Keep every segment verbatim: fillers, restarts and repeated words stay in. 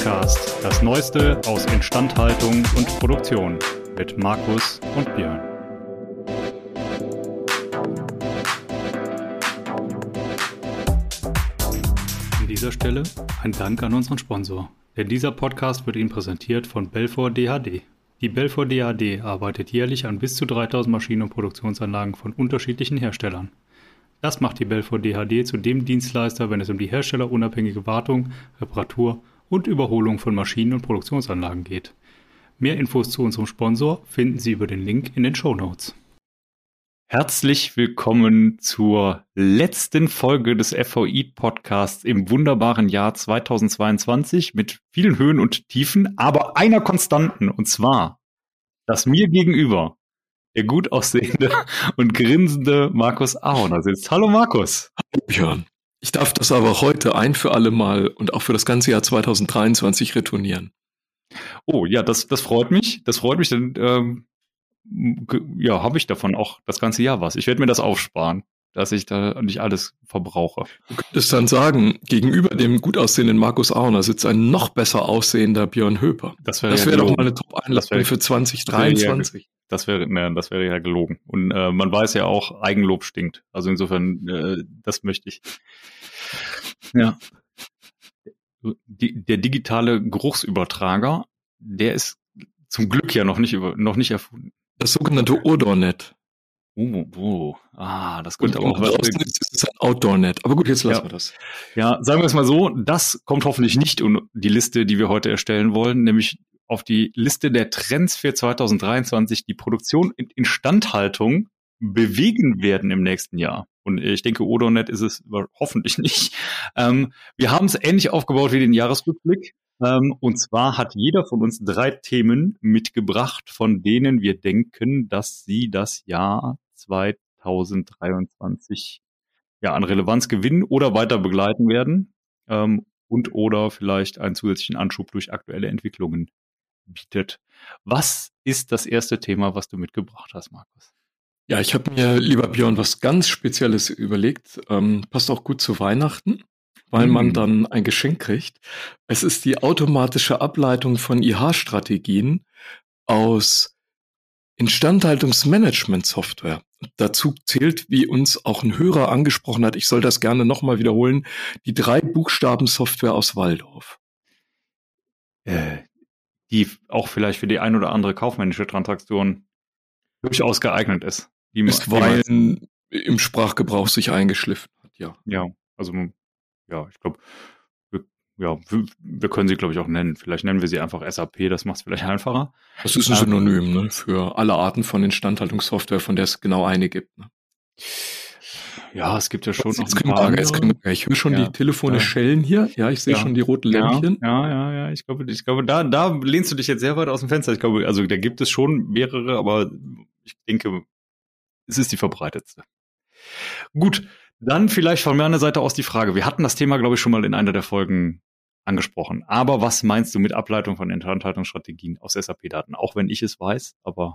Podcast, das Neueste aus Instandhaltung und Produktion mit Markus und Björn. An dieser Stelle ein Dank an unseren Sponsor, denn dieser Podcast wird Ihnen präsentiert von Belfor D H D. Die Belfor D H D arbeitet jährlich an bis zu dreitausend Maschinen und Produktionsanlagen von unterschiedlichen Herstellern. Das macht die Belfor D H D zu dem Dienstleister, wenn es um die herstellerunabhängige Wartung, Reparatur und Überholung von Maschinen und Produktionsanlagen geht. Mehr Infos zu unserem Sponsor finden Sie über den Link in den Shownotes. Herzlich willkommen zur letzten Folge des F V I-Podcasts im wunderbaren Jahr zweitausendzweiundzwanzig mit vielen Höhen und Tiefen, aber einer Konstanten, und zwar, dass mir gegenüber der gut aussehende und grinsende Markus Ahorner sitzt. Hallo Markus. Hallo Björn. Ich darf das aber heute ein für alle Mal und auch für das ganze Jahr zweitausenddreiundzwanzig retournieren. Oh ja, das, das freut mich. Das freut mich, denn ähm, ja, habe ich davon auch das ganze Jahr was. Ich werde mir das aufsparen, dass ich da nicht alles verbrauche. Du könntest dann sagen, gegenüber dem gut aussehenden Markus Ahorner sitzt ein noch besser aussehender Björn Höper. Das wäre das ja wär doch mal eine Top-Einladung für zweitausenddreiundzwanzig. Das wäre, ne, das wäre ja gelogen. Und äh, man weiß ja auch, Eigenlob stinkt. Also insofern, äh, das möchte ich. Ja. Die, der digitale Geruchsübertrager, der ist zum Glück ja noch nicht über, noch nicht erfunden. Das sogenannte Odornet. Oh, oh. Ah, das könnte aber auch was. Draußen ist es ein Outdoornet. Aber gut, jetzt lassen ja. wir das. Ja, sagen wir es mal so, das kommt hoffentlich nicht in die Liste, die wir heute erstellen wollen, nämlich auf die Liste der Trends für zweitausenddreiundzwanzig, die Produktion und Instandhaltung bewegen werden im nächsten Jahr. Und ich denke, Odornet ist es hoffentlich nicht. Ähm, wir haben es ähnlich aufgebaut wie den Jahresrückblick. Ähm, und zwar hat jeder von uns drei Themen mitgebracht, von denen wir denken, dass sie das Jahr zweitausenddreiundzwanzig ja an Relevanz gewinnen oder weiter begleiten werden. Ähm, und oder vielleicht einen zusätzlichen Anschub durch aktuelle Entwicklungen bietet. Was ist das erste Thema, was du mitgebracht hast, Markus? Ja, ich habe mir, lieber Björn, was ganz Spezielles überlegt. Ähm, passt auch gut zu Weihnachten, weil mm. man dann ein Geschenk kriegt. Es ist die automatische Ableitung von I H-Strategien aus Instandhaltungsmanagement-Software. Dazu zählt, wie uns auch ein Hörer angesprochen hat, ich soll das gerne nochmal wiederholen, die drei Buchstaben-Software aus Walldorf. Äh. die auch vielleicht für die ein oder andere kaufmännische Transaktion durchaus geeignet ist. Die Bisweilen im Sprachgebrauch sich eingeschliffen hat, ja. Ja, also, ja, ich glaube, wir, ja, wir, wir können sie, glaube ich, auch nennen. Vielleicht nennen wir sie einfach S A P, das macht es vielleicht einfacher. Das ist ein Synonym, ne, für alle Arten von Instandhaltungssoftware, von der es genau eine gibt, ne? Ja, es gibt ja schon noch ein paar andere. Ich höre schon ja, die Telefone ja. schellen hier. Ja, ich sehe ja. schon die roten Lämpchen. Ja, ja, ja, ja. Ich glaube, ich glaube, da, da lehnst du dich jetzt sehr weit aus dem Fenster. Ich glaube, also da gibt es schon mehrere, aber ich denke, es ist die verbreitetste. Gut, dann vielleicht von meiner Seite aus die Frage. Wir hatten das Thema, glaube ich, schon mal in einer der Folgen angesprochen. Aber was meinst du mit Ableitung von Instandhaltungsstrategien aus S A P-Daten? Auch wenn ich es weiß, aber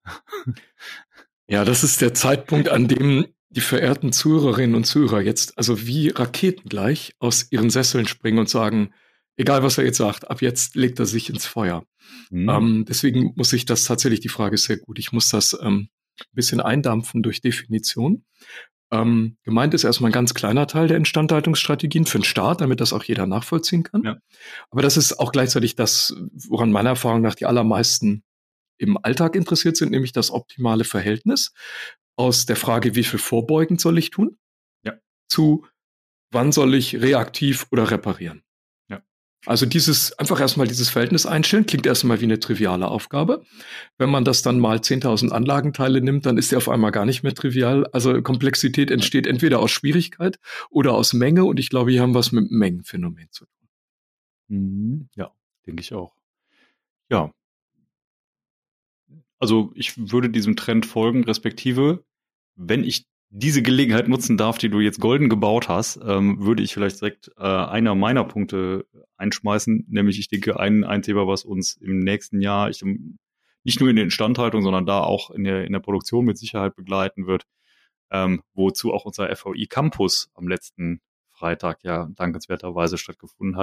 ja, das ist der Zeitpunkt, an dem die verehrten Zuhörerinnen und Zuhörer jetzt also wie Raketen gleich aus ihren Sesseln springen und sagen, egal was er jetzt sagt, ab jetzt legt er sich ins Feuer. Mhm. Ähm, deswegen muss ich das tatsächlich, die Frage ist sehr gut, ich muss das ähm, ein bisschen eindampfen durch Definition. Ähm, gemeint ist erstmal ein ganz kleiner Teil der Instandhaltungsstrategien für den Staat, damit das auch jeder nachvollziehen kann. Ja. Aber das ist auch gleichzeitig das, woran meiner Erfahrung nach die allermeisten im Alltag interessiert sind, nämlich das optimale Verhältnis aus der Frage, wie viel vorbeugend soll ich tun, ja. zu wann soll ich reaktiv oder reparieren. Ja. Also dieses, einfach erstmal dieses Verhältnis einstellen, klingt erstmal wie eine triviale Aufgabe. Wenn man das dann mal zehntausend Anlagenteile nimmt, dann ist die auf einmal gar nicht mehr trivial. Also Komplexität entsteht entweder aus Schwierigkeit oder aus Menge und ich glaube, hier haben wir es mit dem Mengenphänomen zu tun. Mhm. Ja, denke ich auch. Ja. Also ich würde diesem Trend folgen, respektive, wenn ich diese Gelegenheit nutzen darf, die du jetzt golden gebaut hast, ähm, würde ich vielleicht direkt äh, einer meiner Punkte einschmeißen, nämlich ich denke, ein, ein Thema, was uns im nächsten Jahr, ich, nicht nur in der Instandhaltung, sondern da auch in der, in der Produktion mit Sicherheit begleiten wird, ähm, wozu auch unser F V I Campus am letzten Freitag ja dankenswerterweise stattgefunden hat,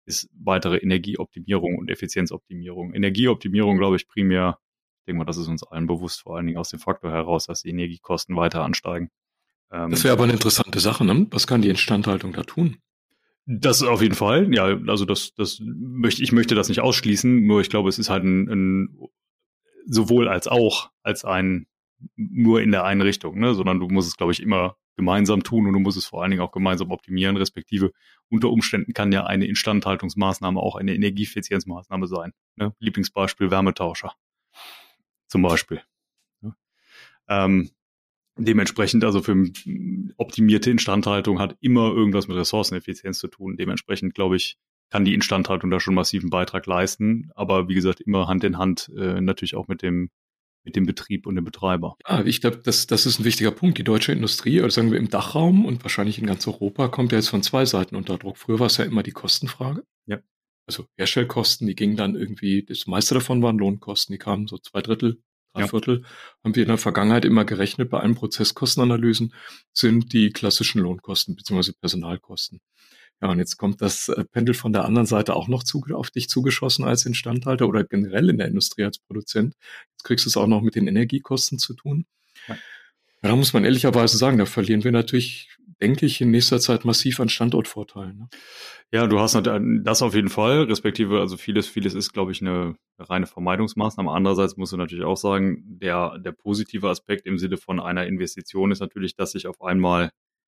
ist weitere Energieoptimierung und Effizienzoptimierung. Energieoptimierung, glaube ich, primär, ich denke mal, das ist uns allen bewusst, vor allen Dingen aus dem Faktor heraus, dass die Energiekosten weiter ansteigen. Ähm, das wäre aber eine interessante Sache, ne? Was kann die Instandhaltung da tun? Das auf jeden Fall, ja, also das, das möchte, ich möchte das nicht ausschließen, nur ich glaube, es ist halt ein, ein sowohl als auch, als ein nur in der einen Richtung, ne, sondern du musst es, glaube ich, immer gemeinsam tun und du musst es vor allen Dingen auch gemeinsam optimieren, respektive unter Umständen kann ja eine Instandhaltungsmaßnahme auch eine Energieeffizienzmaßnahme sein, ne? Lieblingsbeispiel Wärmetauscher zum Beispiel. Ja. Ähm, Dementsprechend, also für optimierte Instandhaltung hat immer irgendwas mit Ressourceneffizienz zu tun. Dementsprechend, glaube ich, kann die Instandhaltung da schon massiven Beitrag leisten. Aber wie gesagt, immer Hand in Hand äh, natürlich auch mit dem mit dem Betrieb und dem Betreiber. Ja, ich glaube, das, das ist ein wichtiger Punkt. Die deutsche Industrie, oder sagen wir im Dachraum und wahrscheinlich in ganz Europa, kommt ja jetzt von zwei Seiten unter Druck. Früher war es ja immer die Kostenfrage. Ja. Also Herstellkosten, die gingen dann irgendwie, das meiste davon waren Lohnkosten, die kamen so zwei Drittel, drei Viertel. Ja. Haben wir in der Vergangenheit immer gerechnet, bei allen Prozesskostenanalysen sind die klassischen Lohnkosten bzw. Personalkosten. Ja, und jetzt kommt das Pendel von der anderen Seite auch noch zu, auf dich zugeschossen als Instandhalter oder generell in der Industrie als Produzent. Jetzt kriegst du es auch noch mit den Energiekosten zu tun. Ja. Ja, da muss man ehrlicherweise sagen, da verlieren wir natürlich, denke ich, in nächster Zeit massiv an Standortvorteilen. Ne? Ja, du hast das auf jeden Fall, respektive, also vieles, vieles ist, glaube ich, eine reine Vermeidungsmaßnahme. Andererseits musst du natürlich auch sagen, der, der positive Aspekt im Sinne von einer Investition ist natürlich, dass sich auf einmal,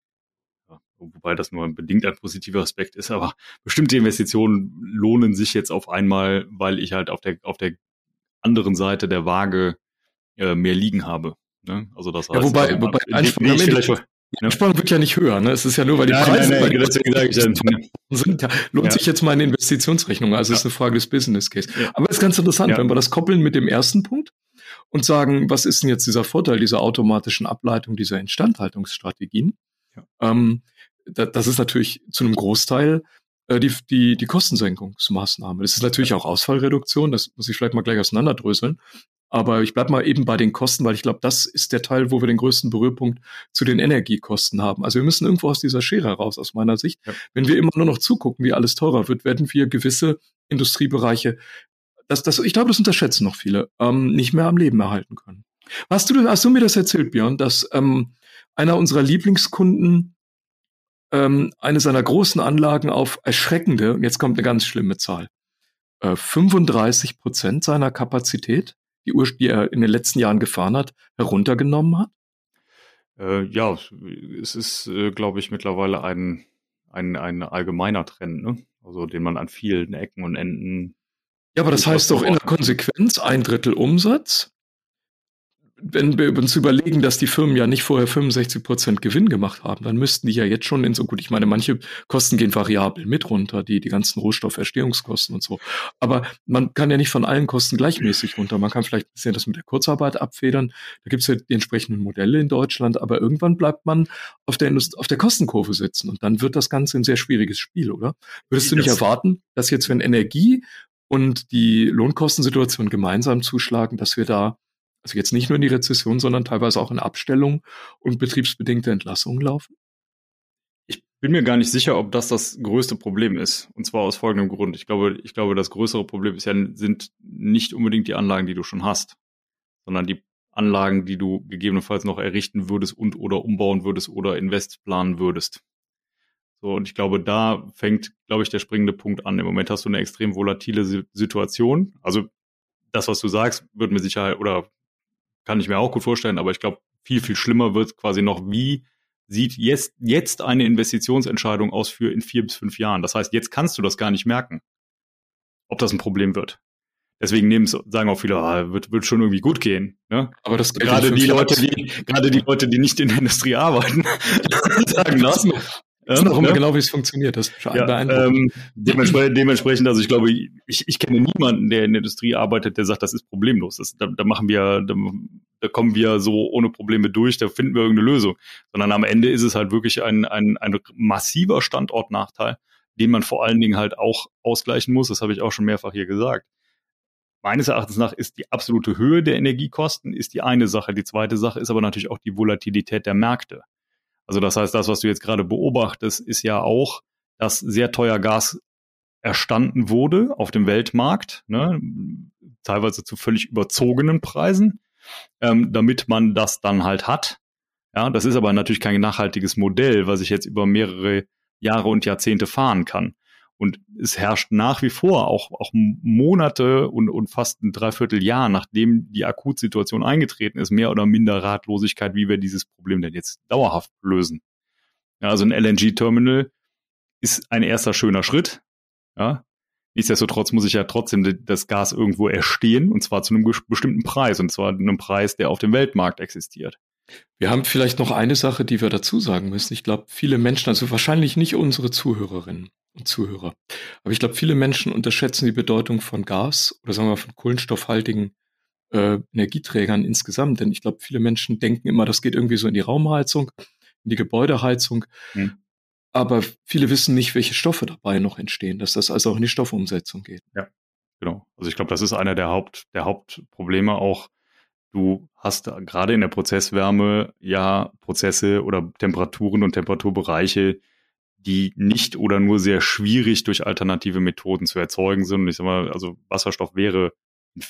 wobei das nur bedingt ein positiver Aspekt ist, aber bestimmte Investitionen lohnen sich jetzt auf einmal, weil ich halt auf der auf der anderen Seite der Waage äh, mehr liegen habe. Ne? Also das heißt, ja, wobei, also, wobei die Einsparung, vielleicht, die Einsparung wird ja nicht höher. Ne? Es ist ja nur, weil die nein, Preise nein, nein, die deswegen sage ich dann, sind. Ja, lohnt ja. sich jetzt mal eine Investitionsrechnung. Also ja. ist eine Frage des Business Case. Ja. Aber es ist ganz interessant, ja. wenn wir das koppeln mit dem ersten Punkt und sagen, was ist denn jetzt dieser Vorteil dieser automatischen Ableitung dieser Instandhaltungsstrategien? Ja. Ähm, das ist natürlich zu einem Großteil äh, die, die, die Kostensenkungsmaßnahme. Das ist natürlich auch Ausfallreduktion, das muss ich vielleicht mal gleich auseinanderdröseln. Aber ich bleib mal eben bei den Kosten, weil ich glaube, das ist der Teil, wo wir den größten Berührpunkt zu den Energiekosten haben. Also wir müssen irgendwo aus dieser Schere raus, aus meiner Sicht. Ja. Wenn wir immer nur noch zugucken, wie alles teurer wird, werden wir gewisse Industriebereiche, das, das, ich glaube, das unterschätzen noch viele, ähm, nicht mehr am Leben erhalten können. Hast du, hast du mir das erzählt, Björn, dass ähm, einer unserer Lieblingskunden ähm, eine seiner großen Anlagen auf erschreckende, und jetzt kommt eine ganz schlimme Zahl, äh, fünfunddreißig Prozent seiner Kapazität, die, Ur- die er in den letzten Jahren gefahren hat, heruntergenommen hat? Äh, ja, es ist, äh, glaube ich, mittlerweile ein, ein, ein allgemeiner Trend, ne? Also den man an vielen Ecken und Enden. Ja, aber das heißt doch in der Konsequenz ein Drittel Umsatz. Wenn wir uns überlegen, dass die Firmen ja nicht vorher fünfundsechzig Prozent Gewinn gemacht haben, dann müssten die ja jetzt schon in so gut, ich meine, manche Kosten gehen variabel mit runter, die, die ganzen Rohstofferstehungskosten und so. Aber man kann ja nicht von allen Kosten gleichmäßig runter. Man kann vielleicht ein bisschen das mit der Kurzarbeit abfedern. Da gibt es ja die entsprechenden Modelle in Deutschland, aber irgendwann bleibt man auf der, Indust- auf der Kostenkurve sitzen und dann wird das Ganze ein sehr schwieriges Spiel, oder? Würdest du nicht das erwarten, dass jetzt, wenn Energie und die Lohnkostensituation gemeinsam zuschlagen, dass wir da also jetzt nicht nur in die Rezession, sondern teilweise auch in Abstellung und betriebsbedingte Entlassungen laufen? Ich bin mir gar nicht sicher, ob das das größte Problem ist. Und zwar aus folgendem Grund. Ich glaube, ich glaube, das größere Problem ist ja, sind nicht unbedingt die Anlagen, die du schon hast, sondern die Anlagen, die du gegebenenfalls noch errichten würdest und oder umbauen würdest oder Invest planen würdest. So, und ich glaube, da fängt, glaube ich, der springende Punkt an. Im Moment hast du eine extrem volatile Situation. Also das, was du sagst, wird mit Sicherheit oder kann ich mir auch gut vorstellen, aber ich glaube, viel, viel schlimmer wird quasi noch, wie sieht jetzt, jetzt eine Investitionsentscheidung aus für in vier bis fünf Jahren. Das heißt, jetzt kannst du das gar nicht merken, ob das ein Problem wird. Deswegen nehmen es, sagen auch viele, ah, wird, wird schon irgendwie gut gehen. Ne? Aber das gerade die Leute, die, gerade die Leute, die nicht in der Industrie arbeiten, sagen das. Das ist auch immer ja. genau, wie es funktioniert. Das ist ja, ähm, dementsprechend, dementsprechend, also ich glaube, ich, ich kenne niemanden, der in der Industrie arbeitet, der sagt, das ist problemlos. Das, da, da machen wir, da, da kommen wir so ohne Probleme durch, da finden wir irgendeine Lösung. Sondern am Ende ist es halt wirklich ein, ein, ein massiver Standortnachteil, den man vor allen Dingen halt auch ausgleichen muss. Das habe ich auch schon mehrfach hier gesagt. Meines Erachtens nach ist die absolute Höhe der Energiekosten ist die eine Sache. Die zweite Sache ist aber natürlich auch die Volatilität der Märkte. Also das heißt, das, was du jetzt gerade beobachtest, ist ja auch, dass sehr teuer Gas erstanden wurde auf dem Weltmarkt, ne, teilweise zu völlig überzogenen Preisen, ähm, damit man das dann halt hat. Ja, das ist aber natürlich kein nachhaltiges Modell, was ich jetzt über mehrere Jahre und Jahrzehnte fahren kann. Und es herrscht nach wie vor, auch, auch Monate und, und fast ein Dreivierteljahr, nachdem die Akutsituation eingetreten ist, mehr oder minder Ratlosigkeit, wie wir dieses Problem denn jetzt dauerhaft lösen. Ja, also ein L N G-Terminal ist ein erster schöner Schritt. Ja. Nichtsdestotrotz muss ich ja trotzdem das Gas irgendwo erstehen, und zwar zu einem bestimmten Preis, und zwar einem Preis, der auf dem Weltmarkt existiert. Wir haben vielleicht noch eine Sache, die wir dazu sagen müssen. Ich glaube, viele Menschen, also wahrscheinlich nicht unsere Zuhörerinnen und Zuhörer, aber ich glaube, viele Menschen unterschätzen die Bedeutung von Gas oder sagen wir von kohlenstoffhaltigen äh, Energieträgern insgesamt. Denn ich glaube, viele Menschen denken immer, das geht irgendwie so in die Raumheizung, in die Gebäudeheizung. Hm. Aber viele wissen nicht, welche Stoffe dabei noch entstehen, dass das also auch in die Stoffumsetzung geht. Ja, genau. Also ich glaube, das ist einer der Haupt, der Hauptprobleme auch. Du hast gerade in der Prozesswärme ja Prozesse oder Temperaturen und Temperaturbereiche, die nicht oder nur sehr schwierig durch alternative Methoden zu erzeugen sind. Und ich sag mal, also Wasserstoff wäre in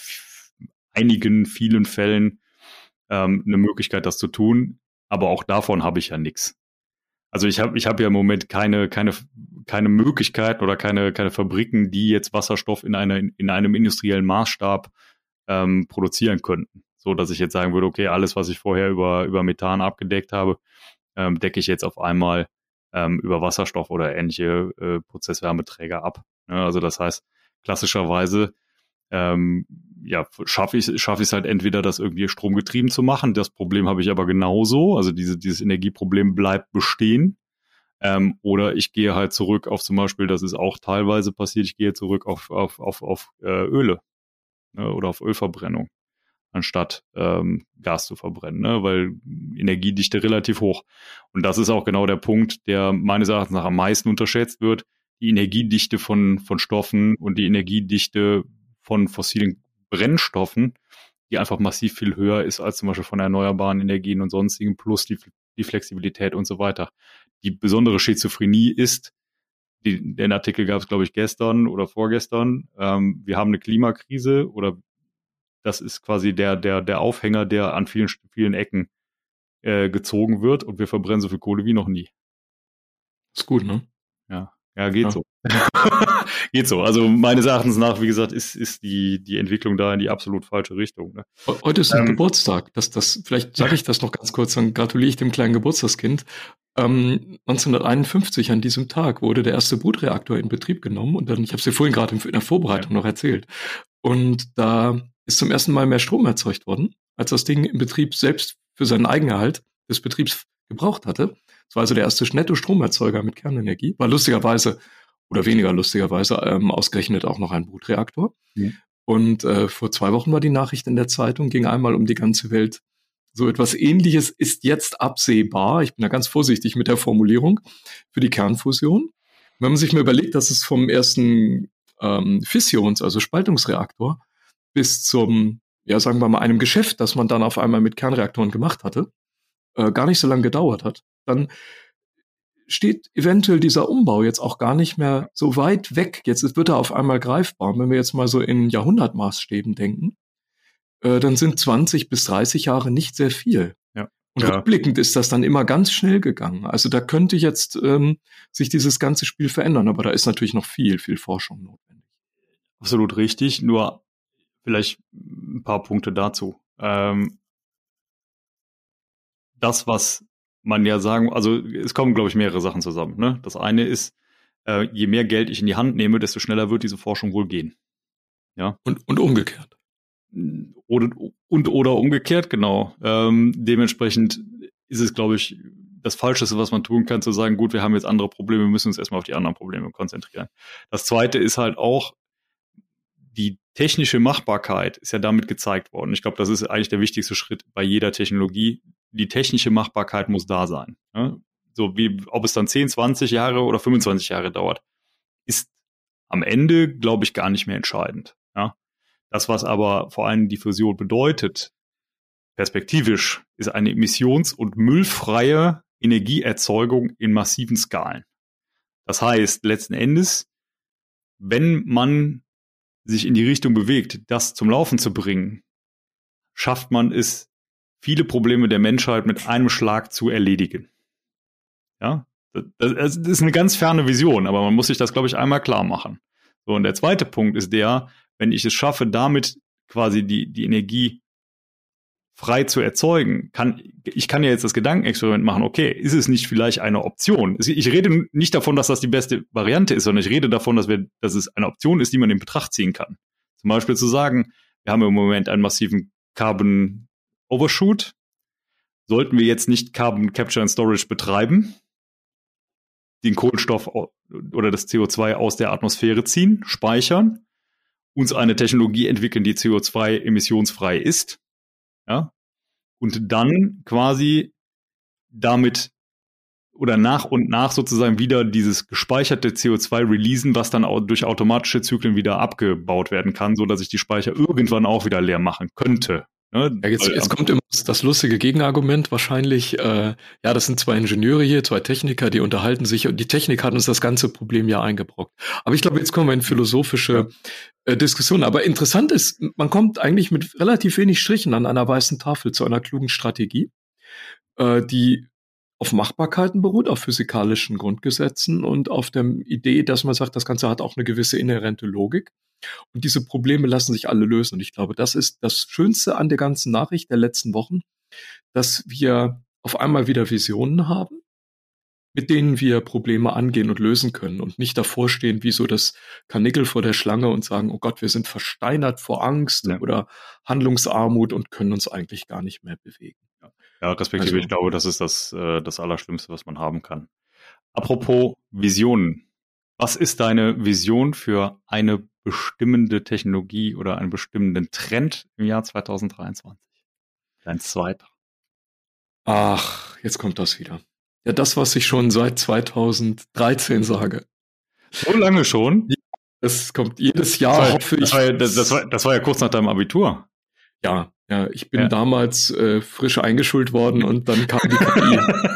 einigen, vielen Fällen ähm, eine Möglichkeit, das zu tun. Aber auch davon habe ich ja nichts. Also ich habe ich habe ja im Moment keine keine keine Möglichkeiten oder keine keine Fabriken, die jetzt Wasserstoff in einer in einem industriellen Maßstab ähm, produzieren könnten, so dass ich jetzt sagen würde, okay, alles, was ich vorher über über Methan abgedeckt habe, ähm, decke ich jetzt auf einmal ähm, über Wasserstoff oder ähnliche äh, Prozesswärmeträger ab. Ja, also das heißt, klassischerweise ähm, ja, schaffe ich schaffe ich es halt entweder, das irgendwie stromgetrieben zu machen. Das Problem habe ich aber genauso. Also diese, dieses Energieproblem bleibt bestehen. Ähm, oder ich gehe halt zurück auf zum Beispiel, das ist auch teilweise passiert, ich gehe zurück auf, auf, auf, auf äh, Öle, ne, oder auf Ölverbrennung, anstatt ähm, Gas zu verbrennen, ne, weil Energiedichte relativ hoch. Und das ist auch genau der Punkt, der meines Erachtens nach am meisten unterschätzt wird. Die Energiedichte von, von Stoffen und die Energiedichte von fossilen Brennstoffen, die einfach massiv viel höher ist als zum Beispiel von erneuerbaren Energien und sonstigen, plus die, die Flexibilität und so weiter. Die besondere Schizophrenie ist, die, den Artikel gab es, glaube ich, gestern oder vorgestern, ähm, wir haben eine Klimakrise, oder das ist quasi der, der, der Aufhänger, der an vielen, vielen Ecken äh, gezogen wird, und wir verbrennen so viel Kohle wie noch nie. Ist gut, ne? Ja, ja, geht ja. so. Geht so. Also meines Erachtens nach, wie gesagt, ist, ist die, die Entwicklung da in die absolut falsche Richtung. Ne? Heute ist ein ähm, Geburtstag. Das, das, vielleicht sage ich das noch ganz kurz, dann gratuliere ich dem kleinen Geburtstagskind. Ähm, neunzehnhunderteinundfünfzig an diesem Tag wurde der erste Brutreaktor in Betrieb genommen, und dann, ich habe es dir vorhin gerade in der Vorbereitung ja. noch erzählt. Und da ist zum ersten Mal mehr Strom erzeugt worden, als das Ding im Betrieb selbst für seinen Eigenerhalt des Betriebs gebraucht hatte. Das war also der erste Netto-Stromerzeuger mit Kernenergie. War lustigerweise oder weniger lustigerweise ähm, ausgerechnet auch noch ein Brutreaktor. Mhm. Und äh, vor zwei Wochen war die Nachricht in der Zeitung, ging einmal um die ganze Welt. So etwas Ähnliches ist jetzt absehbar. Ich bin da ganz vorsichtig mit der Formulierung für die Kernfusion. Wenn man sich mal überlegt, dass es vom ersten ähm, Fissions-, also Spaltungsreaktor, bis zum, ja, sagen wir mal, einem Geschäft, das man dann auf einmal mit Kernreaktoren gemacht hatte, äh, gar nicht so lange gedauert hat, dann steht eventuell dieser Umbau jetzt auch gar nicht mehr so weit weg. Jetzt wird er auf einmal greifbar. Wenn wir jetzt mal so in Jahrhundertmaßstäben denken, äh, dann sind zwanzig bis dreißig Jahre nicht sehr viel. Ja. Und ja. rückblickend ist das dann immer ganz schnell gegangen. Also da könnte jetzt ähm, sich dieses ganze Spiel verändern, aber da ist natürlich noch viel, viel Forschung notwendig. Absolut richtig, nur vielleicht ein paar Punkte dazu. Ähm, das, was man ja sagen, also es kommen, glaube ich, mehrere Sachen zusammen. Ne? Das eine ist, äh, je mehr Geld ich in die Hand nehme, desto schneller wird diese Forschung wohl gehen. Ja. Und, und umgekehrt. Oder, und oder umgekehrt, genau. Ähm, dementsprechend ist es, glaube ich, das Falscheste, was man tun kann, zu sagen, gut, wir haben jetzt andere Probleme, wir müssen uns erstmal auf die anderen Probleme konzentrieren. Das Zweite ist halt auch, die technische Machbarkeit ist ja damit gezeigt worden. Ich glaube, das ist eigentlich der wichtigste Schritt bei jeder Technologie. Die technische Machbarkeit muss da sein. Ne? So wie, ob es dann zehn, zwanzig Jahre oder fünfundzwanzig Jahre dauert, ist am Ende, glaube ich, gar nicht mehr entscheidend. Ja? Das, was aber vor allem die Fusion bedeutet, perspektivisch, ist eine emissions- und müllfreie Energieerzeugung in massiven Skalen. Das heißt, letzten Endes wenn man sich in die Richtung bewegt, das zum Laufen zu bringen, schafft man es, viele Probleme der Menschheit mit einem Schlag zu erledigen. Ja, das, das ist eine ganz ferne Vision, aber man muss sich das, glaube ich, einmal klar machen. So, und der zweite Punkt ist der, wenn ich es schaffe, damit quasi die, die Energie frei zu erzeugen, kann, ich kann ja jetzt das Gedankenexperiment machen, okay, ist es nicht vielleicht eine Option? Ich rede nicht davon, dass das die beste Variante ist, sondern ich rede davon, dass wir, dass es eine Option ist, die man in Betracht ziehen kann. Zum Beispiel zu sagen, wir haben im Moment einen massiven Carbon Overshoot. Sollten wir jetzt nicht Carbon Capture and Storage betreiben, den Kohlenstoff oder das C O zwei aus der Atmosphäre ziehen, speichern, uns eine Technologie entwickeln, die C O zwei emissionsfrei ist, ja, und dann quasi damit oder nach und nach sozusagen wieder dieses gespeicherte C O zwei releasen, was dann auch durch automatische Zyklen wieder abgebaut werden kann, so dass ich die Speicher irgendwann auch wieder leer machen könnte. Ne? Ja, jetzt, jetzt kommt immer das lustige Gegenargument wahrscheinlich, äh, ja, das sind zwei Ingenieure hier, zwei Techniker, die unterhalten sich und die Technik hat uns das ganze Problem ja eingebrockt. Aber ich glaube, jetzt kommen wir in philosophische äh, Diskussionen. Aber interessant ist, man kommt eigentlich mit relativ wenig Strichen an einer weißen Tafel zu einer klugen Strategie, äh, die auf Machbarkeiten beruht, auf physikalischen Grundgesetzen und auf der Idee, dass man sagt, das Ganze hat auch eine gewisse inhärente Logik. Und diese Probleme lassen sich alle lösen. Und ich glaube, das ist das Schönste an der ganzen Nachricht der letzten Wochen, dass wir auf einmal wieder Visionen haben, mit denen wir Probleme angehen und lösen können und nicht davor stehen wie so das Karnickel vor der Schlange und sagen, oh Gott, wir sind versteinert vor Angst ja. oder Handlungsarmut und können uns eigentlich gar nicht mehr bewegen. Ja, ja respektive, also, ich glaube, das ist das, äh, das Allerschlimmste, was man haben kann. Apropos Visionen. Was ist deine Vision für eine bestimmende Technologie oder einen bestimmenden Trend im Jahr zwanzig dreiundzwanzig? Dein zweiter. Ach, jetzt kommt das wieder. Ja, das, was ich schon seit zweitausenddreizehn sage. So lange schon? Das kommt jedes Jahr, das hoffe das ich. War, das, das, war, das war ja kurz nach deinem Abitur. Ja, ja, ich bin ja. damals äh, frisch eingeschult worden und dann kam die K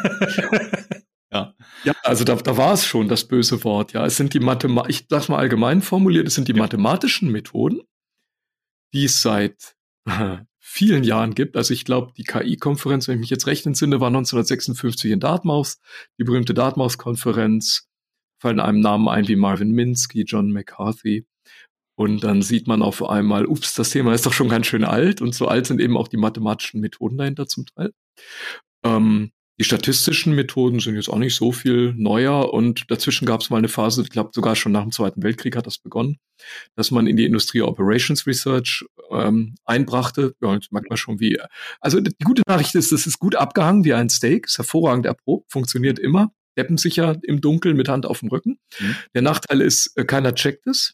I. Ja. Ja, also da, da war es schon das böse Wort. Ja, es sind die Mathema- ich sag's mal allgemein formuliert, es sind die ja. mathematischen Methoden, die es seit äh, vielen Jahren gibt. Also ich glaube, die K I-Konferenz, wenn ich mich jetzt recht entsinne, war neunzehnhundertsechsundfünfzig in Dartmouth. Die berühmte Dartmouth-Konferenz, fallen einem Namen ein wie Marvin Minsky, John McCarthy. Und dann sieht man auf einmal, ups, das Thema ist doch schon ganz schön alt. Und so alt sind eben auch die mathematischen Methoden dahinter zum Teil. Ähm, Die statistischen Methoden sind jetzt auch nicht so viel neuer und dazwischen gab es mal eine Phase, ich glaube sogar schon nach dem Zweiten Weltkrieg hat das begonnen, dass man in die Industrie Operations Research ähm, einbrachte. Ja, jetzt merkt man schon wie. Also die gute Nachricht ist, es ist gut abgehangen wie ein Steak, ist hervorragend erprobt, funktioniert immer, deppensicher im Dunkeln mit Hand auf dem Rücken. Mhm. Der Nachteil ist, keiner checkt es,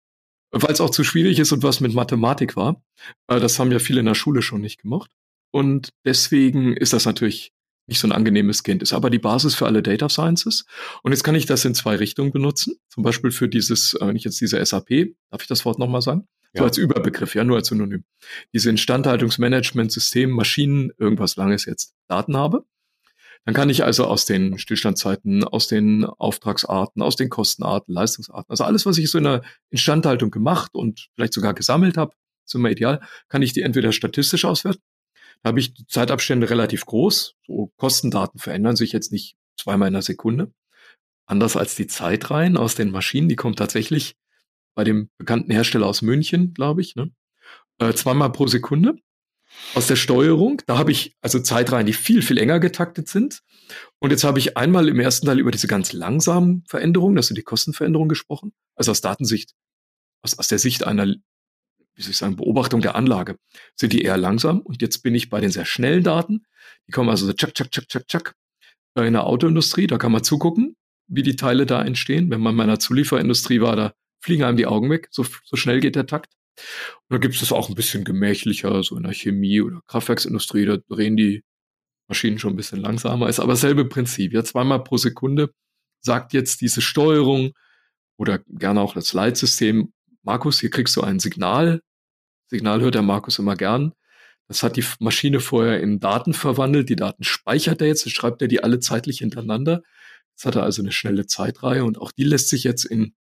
weil es auch zu schwierig ist und was mit Mathematik war. Das haben ja viele in der Schule schon nicht gemacht. Und deswegen ist das natürlich nicht so ein angenehmes Kind, ist aber die Basis für alle Data Sciences. Und jetzt kann ich das in zwei Richtungen benutzen. Zum Beispiel für dieses, wenn ich jetzt diese S A P, darf ich das Wort nochmal sagen? Ja. So als Überbegriff, ja, nur als Synonym. Diese Instandhaltungsmanagement-System, Maschinen, irgendwas Langes jetzt, Daten habe. Dann kann ich also aus den Stillstandszeiten, aus den Auftragsarten, aus den Kostenarten, Leistungsarten, also alles, was ich so in der Instandhaltung gemacht und vielleicht sogar gesammelt habe, ist immer ideal, kann ich die entweder statistisch auswerten. Da habe ich die Zeitabstände relativ groß. So Kostendaten verändern sich jetzt nicht zweimal in einer Sekunde. Anders als die Zeitreihen aus den Maschinen, die kommen tatsächlich bei dem bekannten Hersteller aus München, glaube ich, ne? äh, zweimal pro Sekunde. Aus der Steuerung, da habe ich also Zeitreihen, die viel, viel enger getaktet sind. Und jetzt habe ich einmal im ersten Teil über diese ganz langsamen Veränderungen, das sind die Kostenveränderungen gesprochen. Also aus Datensicht, aus, aus der Sicht einer, wie soll ich sagen, Beobachtung der Anlage, sind die eher langsam. Und jetzt bin ich bei den sehr schnellen Daten. Die kommen also so tschak, tschak, tschak, tschak, tschak. In der Autoindustrie, da kann man zugucken, wie die Teile da entstehen. Wenn man in meiner Zulieferindustrie war, da fliegen einem die Augen weg. So, so schnell geht der Takt. Und da gibt es auch ein bisschen gemächlicher, so in der Chemie oder Kraftwerksindustrie, da drehen die Maschinen schon ein bisschen langsamer. Ist aber dasselbe Prinzip. Ja, zweimal pro Sekunde sagt jetzt diese Steuerung oder gerne auch das Leitsystem, Markus, hier kriegst du ein Signal. Signal hört der Markus immer gern. Das hat die Maschine vorher in Daten verwandelt. Die Daten speichert er jetzt, jetzt schreibt er die alle zeitlich hintereinander. Jetzt hat er also eine schnelle Zeitreihe und auch die lässt sich jetzt in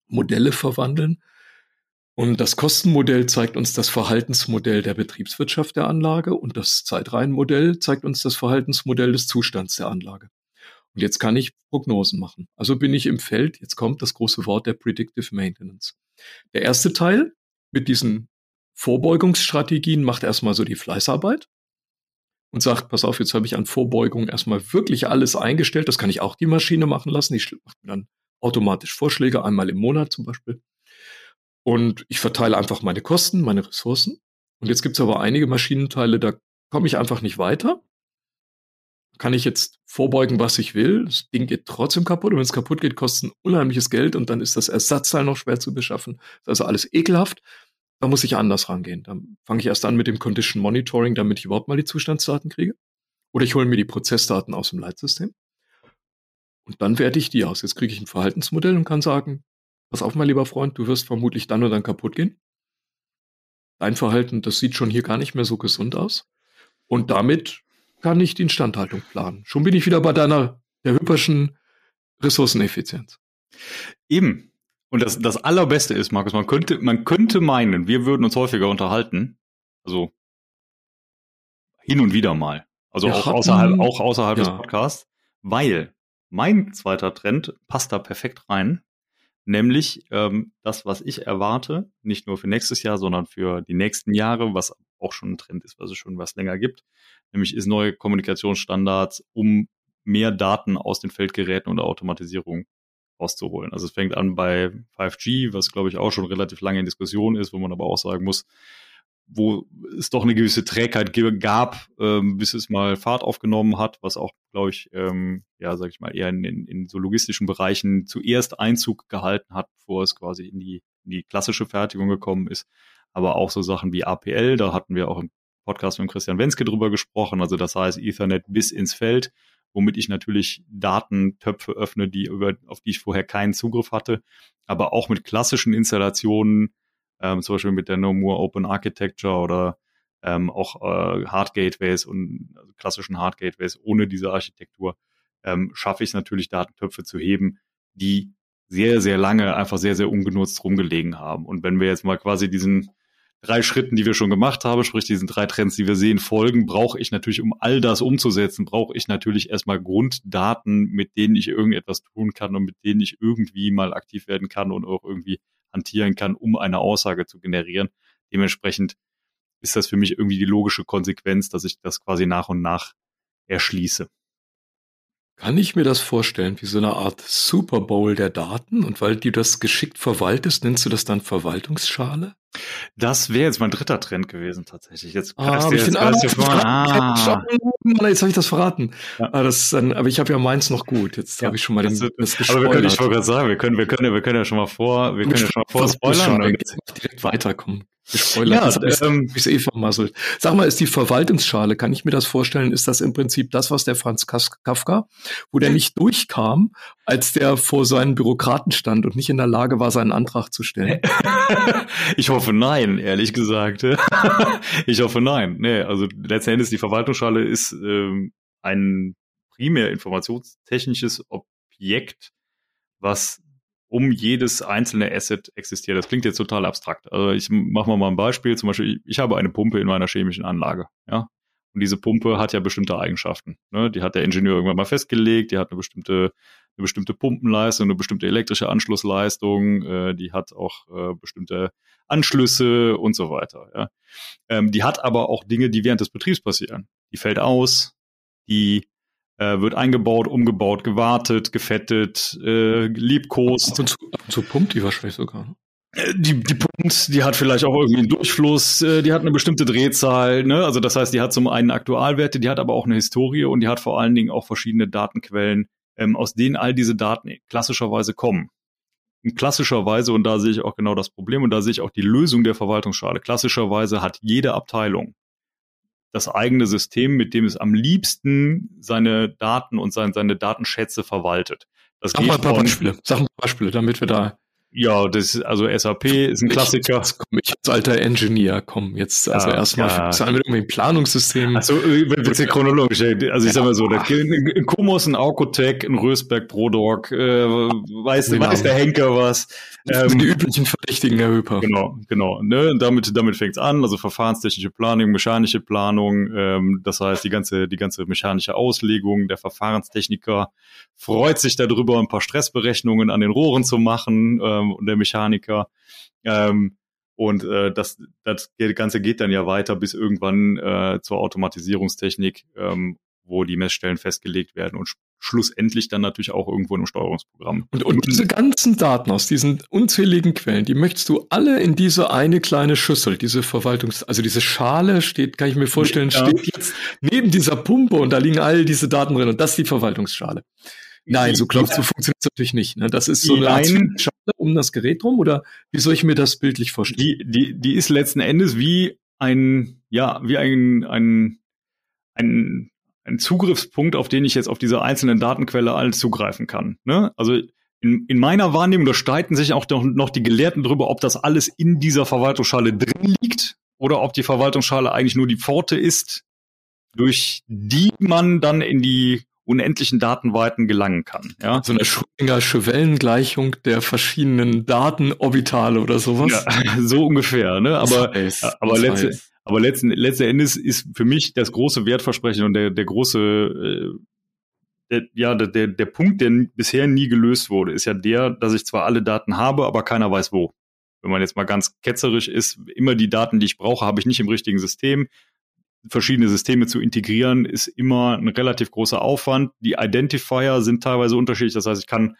Modelle verwandeln. Und das Kostenmodell zeigt uns das Verhaltensmodell der Betriebswirtschaft der Anlage und das Zeitreihenmodell zeigt uns das Verhaltensmodell des Zustands der Anlage. Und jetzt kann ich Prognosen machen. Also bin ich im Feld, jetzt kommt das große Wort der Predictive Maintenance. Der erste Teil mit diesen Vorbeugungsstrategien macht erstmal so die Fleißarbeit und sagt, pass auf, jetzt habe ich an Vorbeugung erstmal wirklich alles eingestellt. Das kann ich auch die Maschine machen lassen. Die macht mir dann automatisch Vorschläge, einmal im Monat zum Beispiel. Und ich verteile einfach meine Kosten, meine Ressourcen. Und jetzt gibt es aber einige Maschinenteile, da komme ich einfach nicht weiter. Kann ich jetzt vorbeugen, was ich will. Das Ding geht trotzdem kaputt. Und wenn es kaputt geht, kostet es ein unheimliches Geld. Und dann ist das Ersatzteil noch schwer zu beschaffen. Das ist also alles ekelhaft. Da muss ich anders rangehen. Dann fange ich erst an mit dem Condition Monitoring, damit ich überhaupt mal die Zustandsdaten kriege. Oder ich hole mir die Prozessdaten aus dem Leitsystem. Und dann werte ich die aus. Jetzt kriege ich ein Verhaltensmodell und kann sagen, pass auf, mein lieber Freund, du wirst vermutlich dann oder dann kaputt gehen. Dein Verhalten, das sieht schon hier gar nicht mehr so gesund aus. Und damit kann ich die Instandhaltung planen. Schon bin ich wieder bei deiner, der Hüpperschen Ressourceneffizienz. Eben. Und das, das Allerbeste ist, Markus, man könnte, man könnte meinen, wir würden uns häufiger unterhalten. Also hin und wieder mal. Also Ja, auch hatten- außerhalb, auch außerhalb des ja. Podcasts. Weil mein zweiter Trend passt da perfekt rein. Nämlich ähm, das, was ich erwarte, nicht nur für nächstes Jahr, sondern für die nächsten Jahre, was auch schon ein Trend ist, was es schon was länger gibt, nämlich ist neue Kommunikationsstandards, um mehr Daten aus den Feldgeräten und der Automatisierung rauszuholen. Also es fängt an bei fünf G, was glaube ich auch schon relativ lange in Diskussion ist, wo man aber auch sagen muss, wo es doch eine gewisse Trägheit ge- gab, ähm, bis es mal Fahrt aufgenommen hat, was auch, glaube ich, ähm, ja, sag ich mal, eher in, in, in so logistischen Bereichen zuerst Einzug gehalten hat, bevor es quasi in die, in die klassische Fertigung gekommen ist. Aber auch so Sachen wie A P L, da hatten wir auch im Podcast mit Christian Wenske drüber gesprochen, also das heißt Ethernet bis ins Feld, womit ich natürlich Datentöpfe öffne, die über, auf die ich vorher keinen Zugriff hatte, aber auch mit klassischen Installationen, ähm, zum Beispiel mit der No More Open Architecture oder ähm, auch äh, Hard Gateways und also klassischen Hard Gateways ohne diese Architektur, ähm, schaffe ich es natürlich, Datentöpfe zu heben, die sehr, sehr lange einfach sehr, sehr ungenutzt rumgelegen haben. Und wenn wir jetzt mal quasi diesen drei Schritten, die wir schon gemacht haben, sprich diesen drei Trends, die wir sehen, folgen, brauche ich natürlich, um all das umzusetzen, brauche ich natürlich erstmal Grunddaten, mit denen ich irgendetwas tun kann und mit denen ich irgendwie mal aktiv werden kann und auch irgendwie hantieren kann, um eine Aussage zu generieren. Dementsprechend ist das für mich irgendwie die logische Konsequenz, dass ich das quasi nach und nach erschließe. Kann ich mir das vorstellen, wie so eine Art Super Bowl der Daten? Und weil du das geschickt verwaltest, nennst du das dann Verwaltungsschale? Das wäre jetzt mein dritter Trend gewesen tatsächlich. Jetzt Ah, greifst hab du ich jetzt, den greifst du anderen vor. Ah. verraten. Jetzt habe ich das verraten. Ja. Ah, das, dann, aber ich habe ja meins noch gut. Jetzt Ja, habe ich schon mal den, das, das aber wir können, ich gespoilert. wollte gerade sagen, wir können, wir können, wir können ja schon mal vor, wir können ja schon mal vor spoilern. Spoilern. Direkt weiterkommen. Gespoilert. Ja, das habe ich ähm, eh vermasselt. Sag mal, ist die Verwaltungsschale, kann ich mir das vorstellen, ist das im Prinzip das, was der Franz Kafka, wo der nicht durchkam, als der vor seinen Bürokraten stand und nicht in der Lage war, seinen Antrag zu stellen? Ich hoffe nein, ehrlich gesagt. Ich hoffe nein. Nee, also letzten Endes die Verwaltungsschale ist ähm, ein primär informationstechnisches Objekt, was um jedes einzelne Asset existiert. Das klingt jetzt total abstrakt. Also ich mache mal ein Beispiel. Zum Beispiel, ich habe eine Pumpe in meiner chemischen Anlage. Ja, und diese Pumpe hat ja bestimmte Eigenschaften. Ne? Die hat der Ingenieur irgendwann mal festgelegt. Die hat eine bestimmte eine bestimmte Pumpenleistung, eine bestimmte elektrische Anschlussleistung. Äh, die hat auch äh, bestimmte Anschlüsse und so weiter. Ja? Ähm, die hat aber auch Dinge, die während des Betriebs passieren. Die fällt aus, die äh, wird eingebaut, umgebaut, gewartet, gefettet, äh, liebkost. Ab und zu, ab und zu pumpt die wahrscheinlich sogar. Ne? Die, die pumpt, die hat vielleicht auch irgendwie einen Durchfluss, äh, die hat eine bestimmte Drehzahl, ne? Also das heißt, die hat zum einen Aktualwerte, die hat aber auch eine Historie und die hat vor allen Dingen auch verschiedene Datenquellen, ähm, aus denen all diese Daten klassischerweise kommen. Und klassischerweise, und da sehe ich auch genau das Problem und da sehe ich auch die Lösung der Verwaltungsschale, klassischerweise hat jede Abteilung das eigene System, mit dem es am liebsten seine Daten und seine, seine Datenschätze verwaltet. Das Sag geht mal ein paar von, Beispiele. Sag mal ein paar Beispiele, damit wir da Ja, das also S A P ist ein Klassiker. Ich, komm, ich als alter Engineer, komm, jetzt also ja, erstmal ja. mit irgendwelchen Planungssystemen. Achso, wird ja chronologisch. Also ich sag mal so, da ein Komos, ein Aukotec, ein Rösberg, Prodork, äh, weiß, genau. weiß der Henker was. Ähm, die üblichen Verdächtigen, Herr Höper. Genau, genau. Ne? Damit, damit fängt's an. Also verfahrenstechnische Planung, mechanische Planung, ähm, das heißt die ganze, die ganze mechanische Auslegung. Der Verfahrenstechniker freut sich darüber, ein paar Stressberechnungen an den Rohren zu machen, ähm, und der Mechaniker. Ähm, und äh, das, das Ganze geht dann ja weiter bis irgendwann äh, zur Automatisierungstechnik, ähm, wo die Messstellen festgelegt werden und sch- schlussendlich dann natürlich auch irgendwo in einem Steuerungsprogramm. Und, und diese ganzen Daten aus diesen unzähligen Quellen, die möchtest du alle in diese eine kleine Schüssel, diese Verwaltungs-, also diese Schale steht, kann ich mir vorstellen, ja. steht jetzt neben dieser Pumpe und da liegen all diese Daten drin und das ist die Verwaltungsschale. Nein, so glaubst du, funktioniert es natürlich nicht. Ne? Das ist so eine Art Schale um das Gerät rum, oder wie soll ich mir das bildlich vorstellen? Die, die, die ist letzten Endes wie ein, ja, wie ein, ein, ein, ein Zugriffspunkt, auf den ich jetzt auf diese einzelnen Datenquelle alles zugreifen kann. Ne? Also in, in meiner Wahrnehmung, da streiten sich auch noch die Gelehrten drüber, ob das alles in dieser Verwaltungsschale drin liegt oder ob die Verwaltungsschale eigentlich nur die Pforte ist, durch die man dann in die unendlichen Datenweiten gelangen kann. Ja? So eine Schrödinger-Chevellen-Gleichung der verschiedenen Datenorbitale oder sowas. Ja, so ungefähr. Ne? Aber, das heißt, aber, das letzte, heißt. aber letzten, letzten Endes ist für mich das große Wertversprechen und der, der große, äh, der, ja, der, der, der Punkt, der bisher nie gelöst wurde, ist ja der, dass ich zwar alle Daten habe, aber keiner weiß wo. Wenn man jetzt mal ganz ketzerisch ist, immer die Daten, die ich brauche, habe ich nicht im richtigen System. Verschiedene Systeme zu integrieren, ist immer ein relativ großer Aufwand. Die Identifier sind teilweise unterschiedlich. Das heißt, ich kann,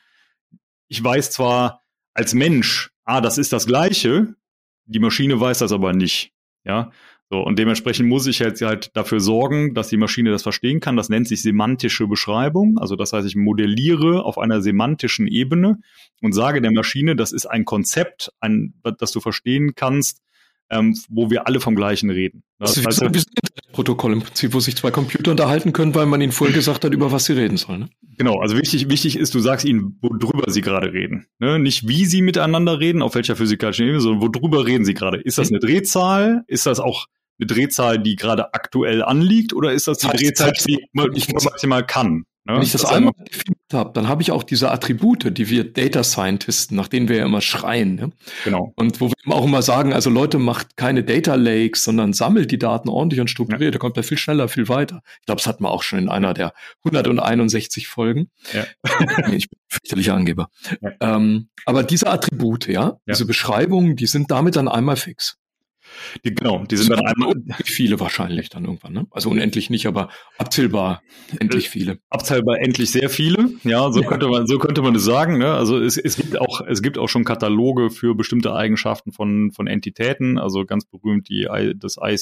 ich weiß zwar als Mensch, ah, das ist das Gleiche, die Maschine weiß das aber nicht. Ja, so, und dementsprechend muss ich jetzt halt dafür sorgen, dass die Maschine das verstehen kann. Das nennt sich semantische Beschreibung. Also das heißt, ich modelliere auf einer semantischen Ebene und sage der Maschine, das ist ein Konzept, ein, das du verstehen kannst, Ähm, wo wir alle vom Gleichen reden. Das ist also, ein Internetprotokoll im Prinzip, wo sich zwei Computer unterhalten können, weil man ihnen vorher gesagt hat, über was sie reden sollen. Ne? Genau, also wichtig, wichtig ist, du sagst ihnen, worüber sie gerade reden. Ne? Nicht wie sie miteinander reden, auf welcher physikalischen Ebene, sondern worüber reden sie gerade. Ist das eine Drehzahl? Ist das auch eine Drehzahl, die gerade aktuell anliegt? Oder ist das die das heißt, Drehzahl, die man maximal kann? Ne? Wenn ich das, das einmal definiert habe, dann habe ich auch diese Attribute, die wir Data Scientisten, nach denen wir ja immer schreien. Ne? Genau. Und wo wir auch immer sagen, also Leute, macht keine Data Lakes, sondern sammelt die Daten ordentlich und strukturiert. Ja. Da kommt er viel schneller, viel weiter. Ich glaube, das hatten wir auch schon in einer der hunderteinundsechzig Folgen. Ja. Ich bin ein fürchterlicher Angeber. Ja. Ähm, aber diese Attribute, ja, ja, diese Beschreibungen, die sind damit dann einmal fix. Die, genau, die sind dann einmal viele wahrscheinlich dann irgendwann, ne? Also unendlich nicht, aber abzählbar endlich viele. Abzählbar endlich sehr viele, ja, so ja. könnte man, so könnte man es sagen, ne? Also es, es gibt auch, es gibt auch schon Kataloge für bestimmte Eigenschaften von von Entitäten, also ganz berühmt die das I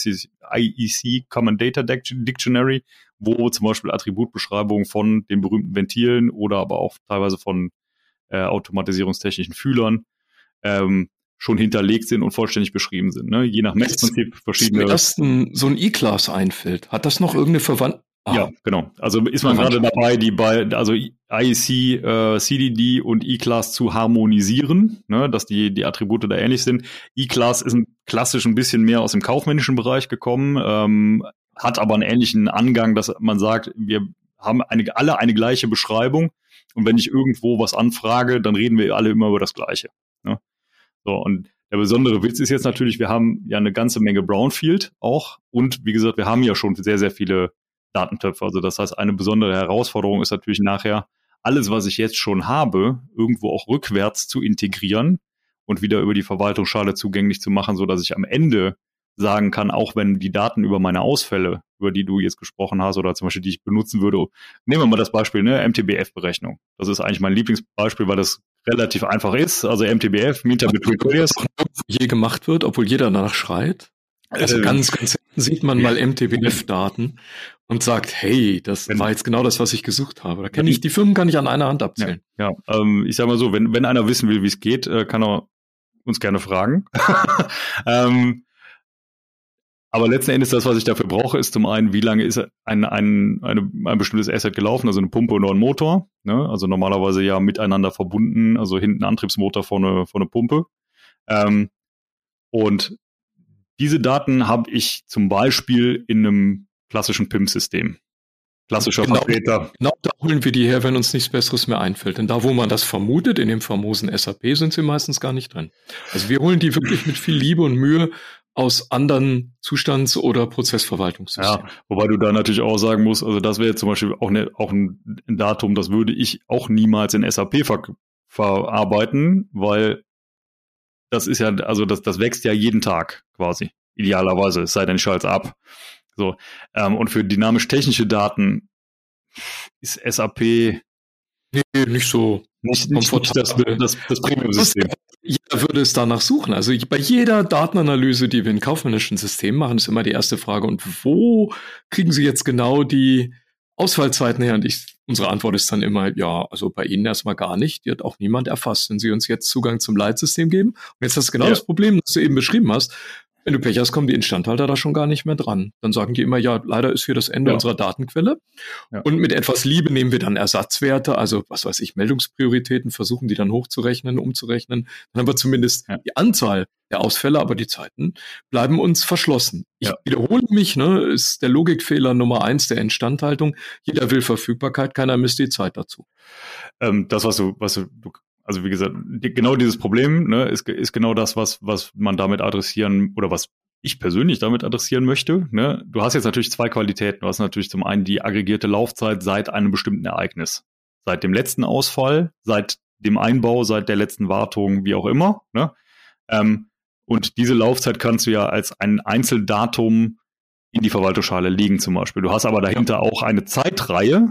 E C Common Data Dictionary, wo zum Beispiel Attributbeschreibungen von den berühmten Ventilen oder aber auch teilweise von äh, automatisierungstechnischen Fühlern ähm, schon hinterlegt sind und vollständig beschrieben sind. Ne? Je nach Messprinzip verschiedene... Wenn das ein, so ein E-Class einfällt, hat das noch irgendeine Verwandtschaft? Ah. Ja, genau. Also ist man gerade dabei, die bei, also I E C, äh, C D D und E-Class zu harmonisieren, ne? Dass die die Attribute da ähnlich sind. E-Class ist ein klassisch ein bisschen mehr aus dem kaufmännischen Bereich gekommen, ähm, hat aber einen ähnlichen Angang, dass man sagt, wir haben eine, alle eine gleiche Beschreibung und wenn ich irgendwo was anfrage, dann reden wir alle immer über das Gleiche. Ne? So, und der besondere Witz ist jetzt natürlich, wir haben ja eine ganze Menge Brownfield auch und wie gesagt, wir haben ja schon sehr, sehr viele Datentöpfe. Also das heißt, eine besondere Herausforderung ist natürlich nachher, alles, was ich jetzt schon habe, irgendwo auch rückwärts zu integrieren und wieder über die Verwaltungsschale zugänglich zu machen, so dass ich am Ende sagen kann, auch wenn die Daten über meine Ausfälle, über die du jetzt gesprochen hast oder zum Beispiel die ich benutzen würde, nehmen wir mal das Beispiel, ne, M T B F-Berechnung. Das ist eigentlich mein Lieblingsbeispiel, weil das relativ einfach ist. Also M T B F, Meter Between Queries. Je gemacht wird, obwohl jeder danach schreit. Also äh, ganz, ganz hinten sieht man mal M T B F-Daten und sagt, hey, das wenn, war jetzt genau das, was ich gesucht habe. Da kenne ich, die Firmen kann ich an einer Hand abzählen. Ja, ja ähm, ich sag mal so, wenn, wenn einer wissen will, wie es geht, äh, kann er uns gerne fragen. ähm, Aber letzten Endes, das, was ich dafür brauche, ist zum einen, wie lange ist ein, ein, eine, ein bestimmtes Asset gelaufen, also eine Pumpe oder ein Motor, ne? Also normalerweise ja miteinander verbunden, also hinten Antriebsmotor, vorne, vorne Pumpe. Ähm, und diese Daten habe ich zum Beispiel in einem klassischen P I M-System. Klassischer genau, Vertreter. Genau, da holen wir die her, wenn uns nichts Besseres mehr einfällt. Denn da, wo man das vermutet, in dem famosen S A P, sind sie meistens gar nicht drin. Also wir holen die wirklich mit viel Liebe und Mühe aus anderen Zustands- oder Prozessverwaltungssystemen. Ja, wobei du da natürlich auch sagen musst, also das wäre zum Beispiel auch, ne, auch ein Datum, das würde ich auch niemals in S A P ver- verarbeiten, weil das ist ja, also das, das wächst ja jeden Tag quasi, idealerweise, es sei denn, ich schalte es ab. So, ähm, und für dynamisch-technische Daten ist S A P Nee, nicht so nicht, nicht, nicht das, das, das Premium-System. Jeder würde es danach suchen. Also ich, bei jeder Datenanalyse, die wir in kaufmännischen Systemen machen, ist immer die erste Frage, und wo kriegen Sie jetzt genau die Ausfallzeiten her? Und ich, unsere Antwort ist dann immer, ja, also bei Ihnen erstmal gar nicht. Die hat auch niemand erfasst, wenn Sie uns jetzt Zugang zum Leitsystem geben. Und jetzt hast du genau ja. das Problem, das du eben beschrieben hast. Wenn du Pech hast, kommen die Instandhalter da schon gar nicht mehr dran. Dann sagen die immer, ja, leider ist hier das Ende ja. unserer Datenquelle. Ja. Und mit etwas Liebe nehmen wir dann Ersatzwerte, also was weiß ich, Meldungsprioritäten, versuchen die dann hochzurechnen, umzurechnen. Dann haben wir zumindest ja. die Anzahl der Ausfälle, aber die Zeiten bleiben uns verschlossen. Ich ja. wiederhole mich, ne, ist der Logikfehler Nummer eins der Instandhaltung. Jeder will Verfügbarkeit, keiner misst die Zeit dazu. Ähm, das, was du, was du, du Also wie gesagt, die, genau dieses Problem, ne, ist, ist genau das, was, was man damit adressieren oder was ich persönlich damit adressieren möchte. Ne? Du hast jetzt natürlich zwei Qualitäten. Du hast natürlich zum einen die aggregierte Laufzeit seit einem bestimmten Ereignis. Seit dem letzten Ausfall, seit dem Einbau, seit der letzten Wartung, wie auch immer. Ne? Ähm, und diese Laufzeit kannst du ja als ein Einzeldatum in die Verwaltungsschale legen zum Beispiel. Du hast aber dahinter ja. auch eine Zeitreihe.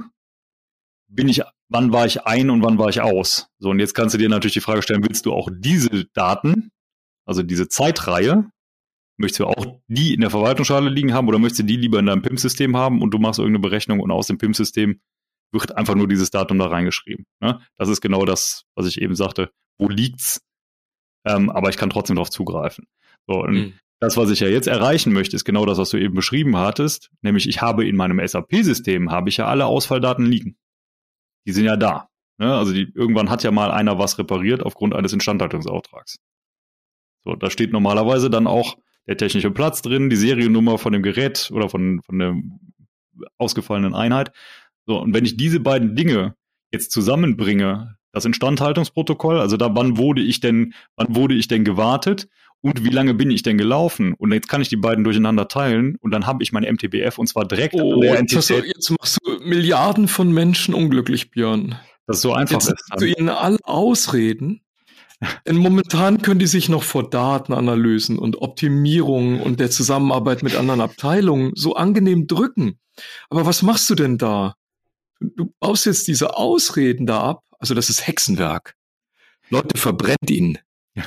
Bin ich, wann war ich ein und wann war ich aus? So, und jetzt kannst du dir natürlich die Frage stellen, willst du auch diese Daten, also diese Zeitreihe, möchtest du auch die in der Verwaltungsschale liegen haben oder möchtest du die lieber in deinem P I M-System haben und du machst irgendeine Berechnung und aus dem P I M-System wird einfach nur dieses Datum da reingeschrieben. Ne? Das ist genau das, was ich eben sagte. Wo liegt's? Ähm, aber ich kann trotzdem darauf zugreifen. So, und mhm. das, was ich ja jetzt erreichen möchte, ist genau das, was du eben beschrieben hattest, nämlich ich habe in meinem S A P-System, habe ich ja alle Ausfalldaten liegen. Die sind ja da. Ne? Also die, irgendwann hat ja mal einer was repariert aufgrund eines Instandhaltungsauftrags. So, da steht normalerweise dann auch der technische Platz drin, die Seriennummer von dem Gerät oder von, von der ausgefallenen Einheit. So, und wenn ich diese beiden Dinge jetzt zusammenbringe, das Instandhaltungsprotokoll, also da, wann wurde ich denn, wann wurde ich denn gewartet und wie lange bin ich denn gelaufen? Und jetzt kann ich die beiden durcheinander teilen und dann habe ich mein M T B F und zwar direkt oh, an der Entität. Jetzt, jetzt machst du Milliarden von Menschen unglücklich, Björn. Das ist so einfach. Jetzt hast du ihnen alle ausreden. Denn momentan können die sich noch vor Datenanalysen und Optimierungen und der Zusammenarbeit mit anderen Abteilungen so angenehm drücken. Aber was machst du denn da? Du baust jetzt diese Ausreden da ab. Also das ist Hexenwerk. Leute, verbrennt ihn.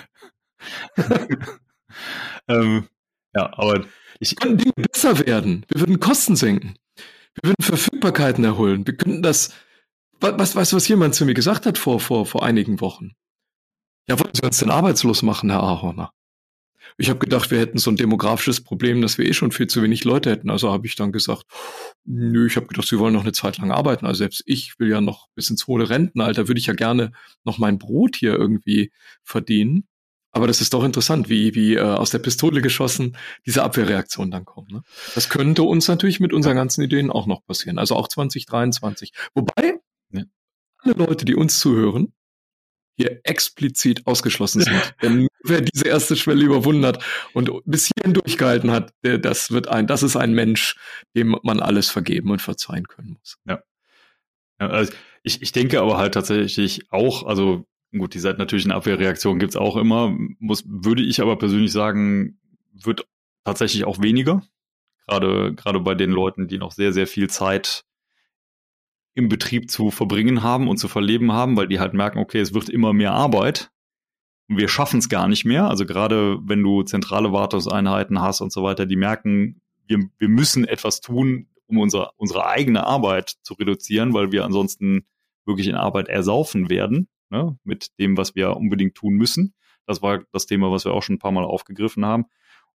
ähm, ja, aber ich können Dinge besser werden. Wir würden Kosten senken. Wir würden Verfügbarkeiten erholen. Wir könnten das, was, was, was jemand zu mir gesagt hat vor, vor, vor einigen Wochen. Ja, wollen Sie uns denn arbeitslos machen, Herr Ahorner? Ich habe gedacht, wir hätten so ein demografisches Problem, dass wir eh schon viel zu wenig Leute hätten. Also habe ich dann gesagt, nö, ich habe gedacht, Sie wollen noch eine Zeit lang arbeiten. Also selbst ich will ja noch bis ins hohe Rentenalter, würde ich ja gerne noch mein Brot hier irgendwie verdienen. Aber das ist doch interessant, wie, wie äh, aus der Pistole geschossen diese Abwehrreaktion dann kommt. Ne? Das könnte uns natürlich mit unseren ganzen Ideen auch noch passieren. Also auch zwanzig dreiundzwanzig. Wobei, ja. alle Leute, die uns zuhören, hier explizit ausgeschlossen sind. Denn wer diese erste Schwelle überwunden hat und bis hierhin durchgehalten hat, der, das wird ein, das ist ein Mensch, dem man alles vergeben und verzeihen können muss. Ja. ja also ich, ich denke aber halt tatsächlich auch, also gut, die natürlichen Abwehrreaktion gibt's auch immer, muss, würde ich aber persönlich sagen, wird tatsächlich auch weniger. Gerade, gerade bei den Leuten, die noch sehr, sehr viel Zeit im Betrieb zu verbringen haben und zu verleben haben, weil die halt merken, okay, es wird immer mehr Arbeit und wir schaffen es gar nicht mehr. Also gerade wenn du zentrale Wartungseinheiten hast und so weiter, die merken, wir, wir müssen etwas tun, um unsere, unsere eigene Arbeit zu reduzieren, weil wir ansonsten wirklich in Arbeit ersaufen werden, ne, mit dem, was wir unbedingt tun müssen. Das war das Thema, was wir auch schon ein paar Mal aufgegriffen haben.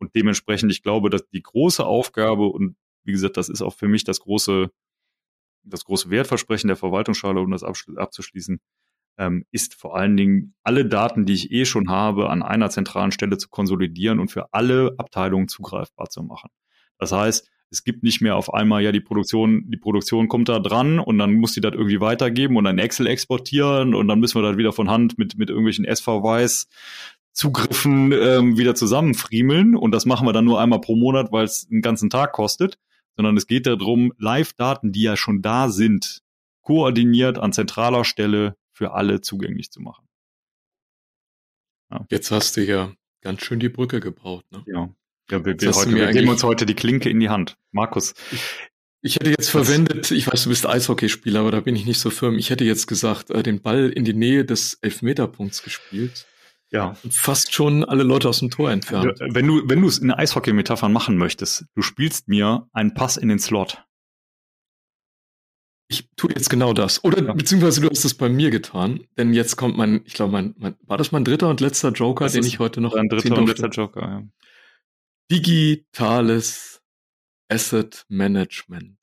Und dementsprechend, ich glaube, dass die große Aufgabe und wie gesagt, das ist auch für mich das große, das große Wertversprechen der Verwaltungsschale, um das abzuschließen, ähm, ist vor allen Dingen, alle Daten, die ich eh schon habe, an einer zentralen Stelle zu konsolidieren und für alle Abteilungen zugreifbar zu machen. Das heißt, es gibt nicht mehr auf einmal, ja, die Produktion, die Produktion kommt da dran und dann muss die das irgendwie weitergeben und dann Excel exportieren und dann müssen wir das wieder von Hand mit, mit irgendwelchen S V Ys Zugriffen ähm, wieder zusammenfriemeln und das machen wir dann nur einmal pro Monat, weil es einen ganzen Tag kostet, sondern es geht darum, Live-Daten, die ja schon da sind, koordiniert an zentraler Stelle für alle zugänglich zu machen. Ja. Jetzt hast du ja ganz schön die Brücke gebaut, ne? Ja. Ja, wir, wir, heute, wir geben uns heute die Klinke in die Hand. Markus. Ich, ich hätte jetzt verwendet, ich weiß, du bist Eishockeyspieler, aber da bin ich nicht so firm. Ich hätte jetzt gesagt, äh, den Ball in die Nähe des Elfmeterpunkts gespielt. Ja. Und fast schon alle Leute aus dem Tor entfernt. Wenn du, wenn du es in Eishockey-Metaphern machen möchtest, du spielst mir einen Pass in den Slot. Ich tue jetzt genau das. Oder ja. beziehungsweise du hast es bei mir getan, denn jetzt kommt mein, ich glaube, mein, mein, war das mein dritter und letzter Joker, das den ich heute noch. Ein dritter und letzter Joker, ja. Digitales Asset Management.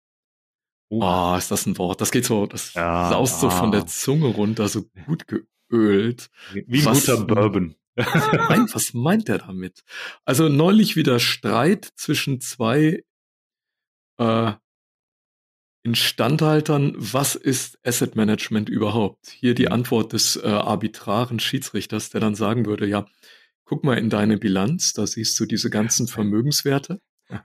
Oh. oh, ist das ein Wort? Das geht so, das ja, saust ja. so von der Zunge runter, so gut geölt. Wie ein guter Bourbon. Nein, was meint der damit? Also neulich wieder Streit zwischen zwei äh, Instandhaltern. Was ist Asset Management überhaupt? Hier die Antwort des äh, arbitraren Schiedsrichters, der dann sagen würde, ja, guck mal in deine Bilanz, da siehst du diese ganzen Vermögenswerte.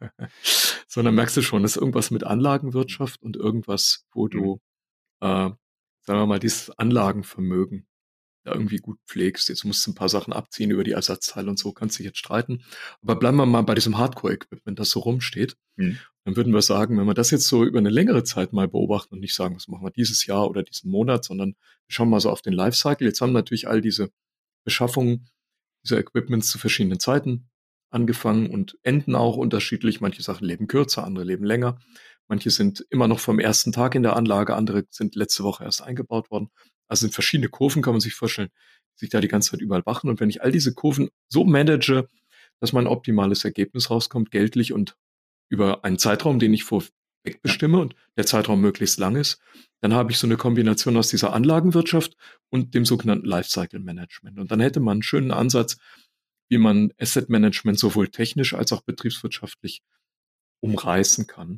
Sondern merkst du schon, das ist irgendwas mit Anlagenwirtschaft und irgendwas, wo du, äh, sagen wir mal, dieses Anlagenvermögen da irgendwie gut pflegst. Jetzt musst du ein paar Sachen abziehen über die Ersatzteile und so, kannst dich jetzt streiten. Aber bleiben wir mal bei diesem Hardcore-Equipment, das so rumsteht. Mhm. Dann würden wir sagen, wenn wir das jetzt so über eine längere Zeit mal beobachten und nicht sagen, was machen wir dieses Jahr oder diesen Monat, sondern wir schauen mal so auf den Lifecycle. Jetzt haben natürlich all diese Beschaffungen dieser Equipments zu verschiedenen Zeiten angefangen und enden auch unterschiedlich. Manche Sachen leben kürzer, andere leben länger. Manche sind immer noch vom ersten Tag in der Anlage, andere sind letzte Woche erst eingebaut worden. Also sind verschiedene Kurven, kann man sich vorstellen, die sich da die ganze Zeit überall machen. Und wenn ich all diese Kurven so manage, dass mein optimales Ergebnis rauskommt, geltlich und über einen Zeitraum, den ich vorweg bestimme und der Zeitraum möglichst lang ist, dann habe ich so eine Kombination aus dieser Anlagenwirtschaft und dem sogenannten Lifecycle Management. Und dann hätte man einen schönen Ansatz, wie man Asset Management sowohl technisch als auch betriebswirtschaftlich umreißen kann.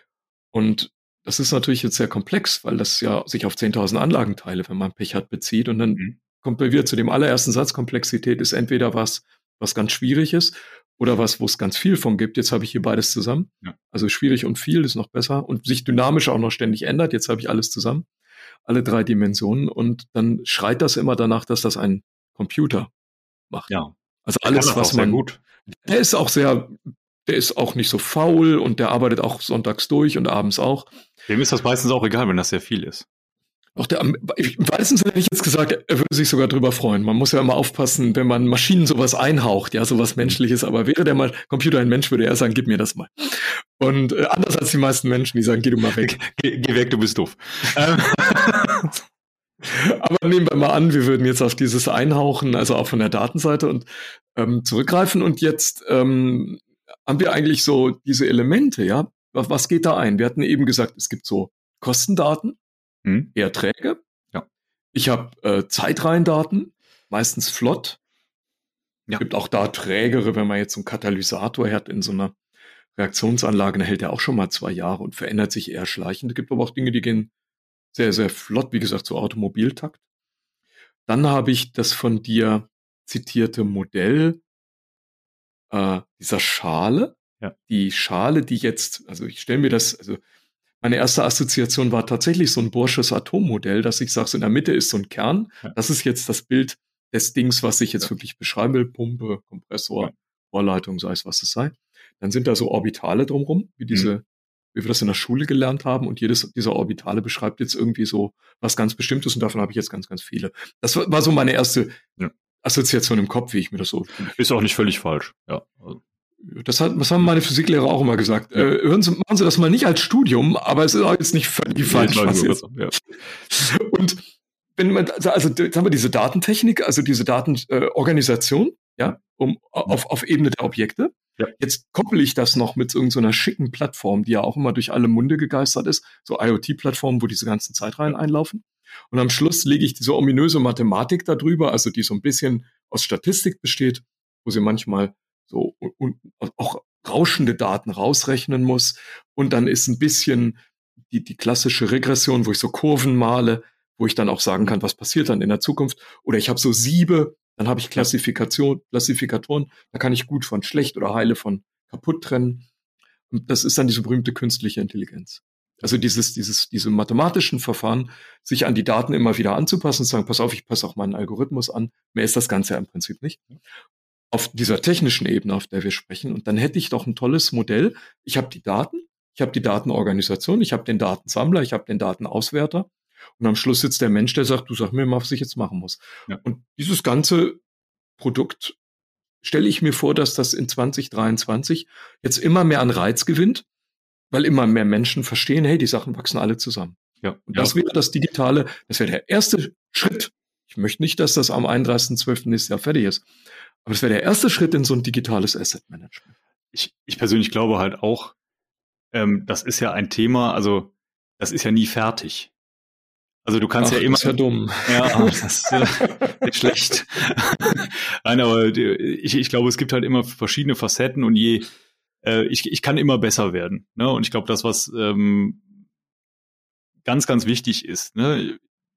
Und das ist natürlich jetzt sehr komplex, weil das ja sich auf zehntausend Anlagenteile, wenn man Pech hat, bezieht. Und dann mhm. kommt man wieder zu dem allerersten Satz. Komplexität ist entweder was, was ganz schwierig ist oder was, wo es ganz viel von gibt. Jetzt habe ich hier beides zusammen. Ja. Also schwierig und viel ist noch besser und sich dynamisch auch noch ständig ändert. Jetzt habe ich alles zusammen, alle drei Dimensionen. Und dann schreit das immer danach, dass das ein Computer macht. Ja. Also alles, was man, gut. Der ist auch sehr, der ist auch nicht so faul und der arbeitet auch sonntags durch und abends auch. Dem ist das meistens auch egal, wenn das sehr viel ist. Auch der, im weitesten Sinne hätte ich jetzt gesagt, er würde sich sogar drüber freuen. Man muss ja immer aufpassen, wenn man Maschinen sowas einhaucht, ja, sowas Menschliches. Aber wäre der mal Computer ein Mensch, würde er sagen, gib mir das mal. Und äh, anders als die meisten Menschen, die sagen, geh du mal weg. Geh, geh weg, du bist doof. Aber nehmen wir mal an, wir würden jetzt auf dieses Einhauchen, also auch von der Datenseite und ähm, zurückgreifen. Und jetzt ähm, haben wir eigentlich so diese Elemente, ja. Was geht da ein? Wir hatten eben gesagt, es gibt so Kostendaten, hm. eher träge. Ja. Ich habe äh, Zeitreihendaten, meistens flott. Es ja. gibt auch da trägere, wenn man jetzt so einen Katalysator hat in so einer Reaktionsanlage, dann hält der auch schon mal zwei Jahre und verändert sich eher schleichend. Es gibt aber auch Dinge, die gehen sehr, sehr flott, wie gesagt, so Automobiltakt. Dann habe ich das von dir zitierte Modell äh, dieser Schale. Ja. Die Schale, die jetzt, also ich stelle mir das, also meine erste Assoziation war tatsächlich so ein Bohrsches Atommodell, dass ich sage, so in der Mitte ist so ein Kern. Ja. Das ist jetzt das Bild des Dings, was ich jetzt ja. wirklich beschreiben will. Pumpe, Kompressor, ja. Rohrleitung, sei es was es sei. Dann sind da so Orbitale drumherum, wie diese mhm. wie wir das in der Schule gelernt haben und jedes dieser Orbitale beschreibt jetzt irgendwie so was ganz Bestimmtes und davon habe ich jetzt ganz, ganz viele. Das war, war so meine erste ja. Assoziation im Kopf, wie ich mir das so... Ist auch nicht völlig falsch, ja. Das, hat, das haben meine Physiklehrer auch immer gesagt. Ja. Äh, hören Sie, machen Sie das mal nicht als Studium, aber es ist auch jetzt nicht völlig falsch. Was jetzt. Ja. Und wenn man, also jetzt haben wir diese Datentechnik, also diese Datenorganisation, äh, ja, um, auf, auf Ebene der Objekte. Ja. Jetzt koppel ich das noch mit irgendeiner schicken Plattform, die ja auch immer durch alle Munde gegeistert ist, so IoT-Plattformen, wo diese ganzen Zeitreihen einlaufen. Und am Schluss lege ich diese ominöse Mathematik darüber, also die so ein bisschen aus Statistik besteht, wo sie manchmal so und, und auch rauschende Daten rausrechnen muss. Und dann ist ein bisschen die, die klassische Regression, wo ich so Kurven male, wo ich dann auch sagen kann, was passiert dann in der Zukunft. Oder ich habe so Siebe, dann habe ich Klassifikation, Klassifikatoren, da kann ich gut von schlecht oder heile von kaputt trennen. Und das ist dann diese berühmte künstliche Intelligenz. Also dieses, dieses, diese mathematischen Verfahren, sich an die Daten immer wieder anzupassen, sagen, pass auf, ich passe auch meinen Algorithmus an. Mehr ist das Ganze ja im Prinzip nicht. Auf dieser technischen Ebene, auf der wir sprechen. Und dann hätte ich doch ein tolles Modell. Ich habe die Daten, ich habe die Datenorganisation, ich habe den Datensammler, ich habe den Datenauswerter. Und am Schluss sitzt der Mensch, der sagt, du sag mir mal, was ich jetzt machen muss. Ja. Und dieses ganze Produkt stelle ich mir vor, dass das in zwanzig dreiundzwanzig jetzt immer mehr an Reiz gewinnt, weil immer mehr Menschen verstehen, hey, die Sachen wachsen alle zusammen. Ja. Und das ja. wäre das Digitale, das wäre der erste Schritt. Ich möchte nicht, dass das am einunddreißigsten zwölften nächstes Jahr fertig ist. Aber das wäre der erste Schritt in so ein digitales Asset Management. Ich, ich persönlich glaube halt auch, ähm, das ist ja ein Thema, also das ist ja nie fertig. Also du kannst Ach, ja immer. Das ist ja dumm. Ja, das ist äh, schlecht. Nein, aber ich, ich glaube, es gibt halt immer verschiedene Facetten und je, äh, ich, ich kann immer besser werden. Ne? Und ich glaube, das, was ähm, ganz, ganz wichtig ist, ne?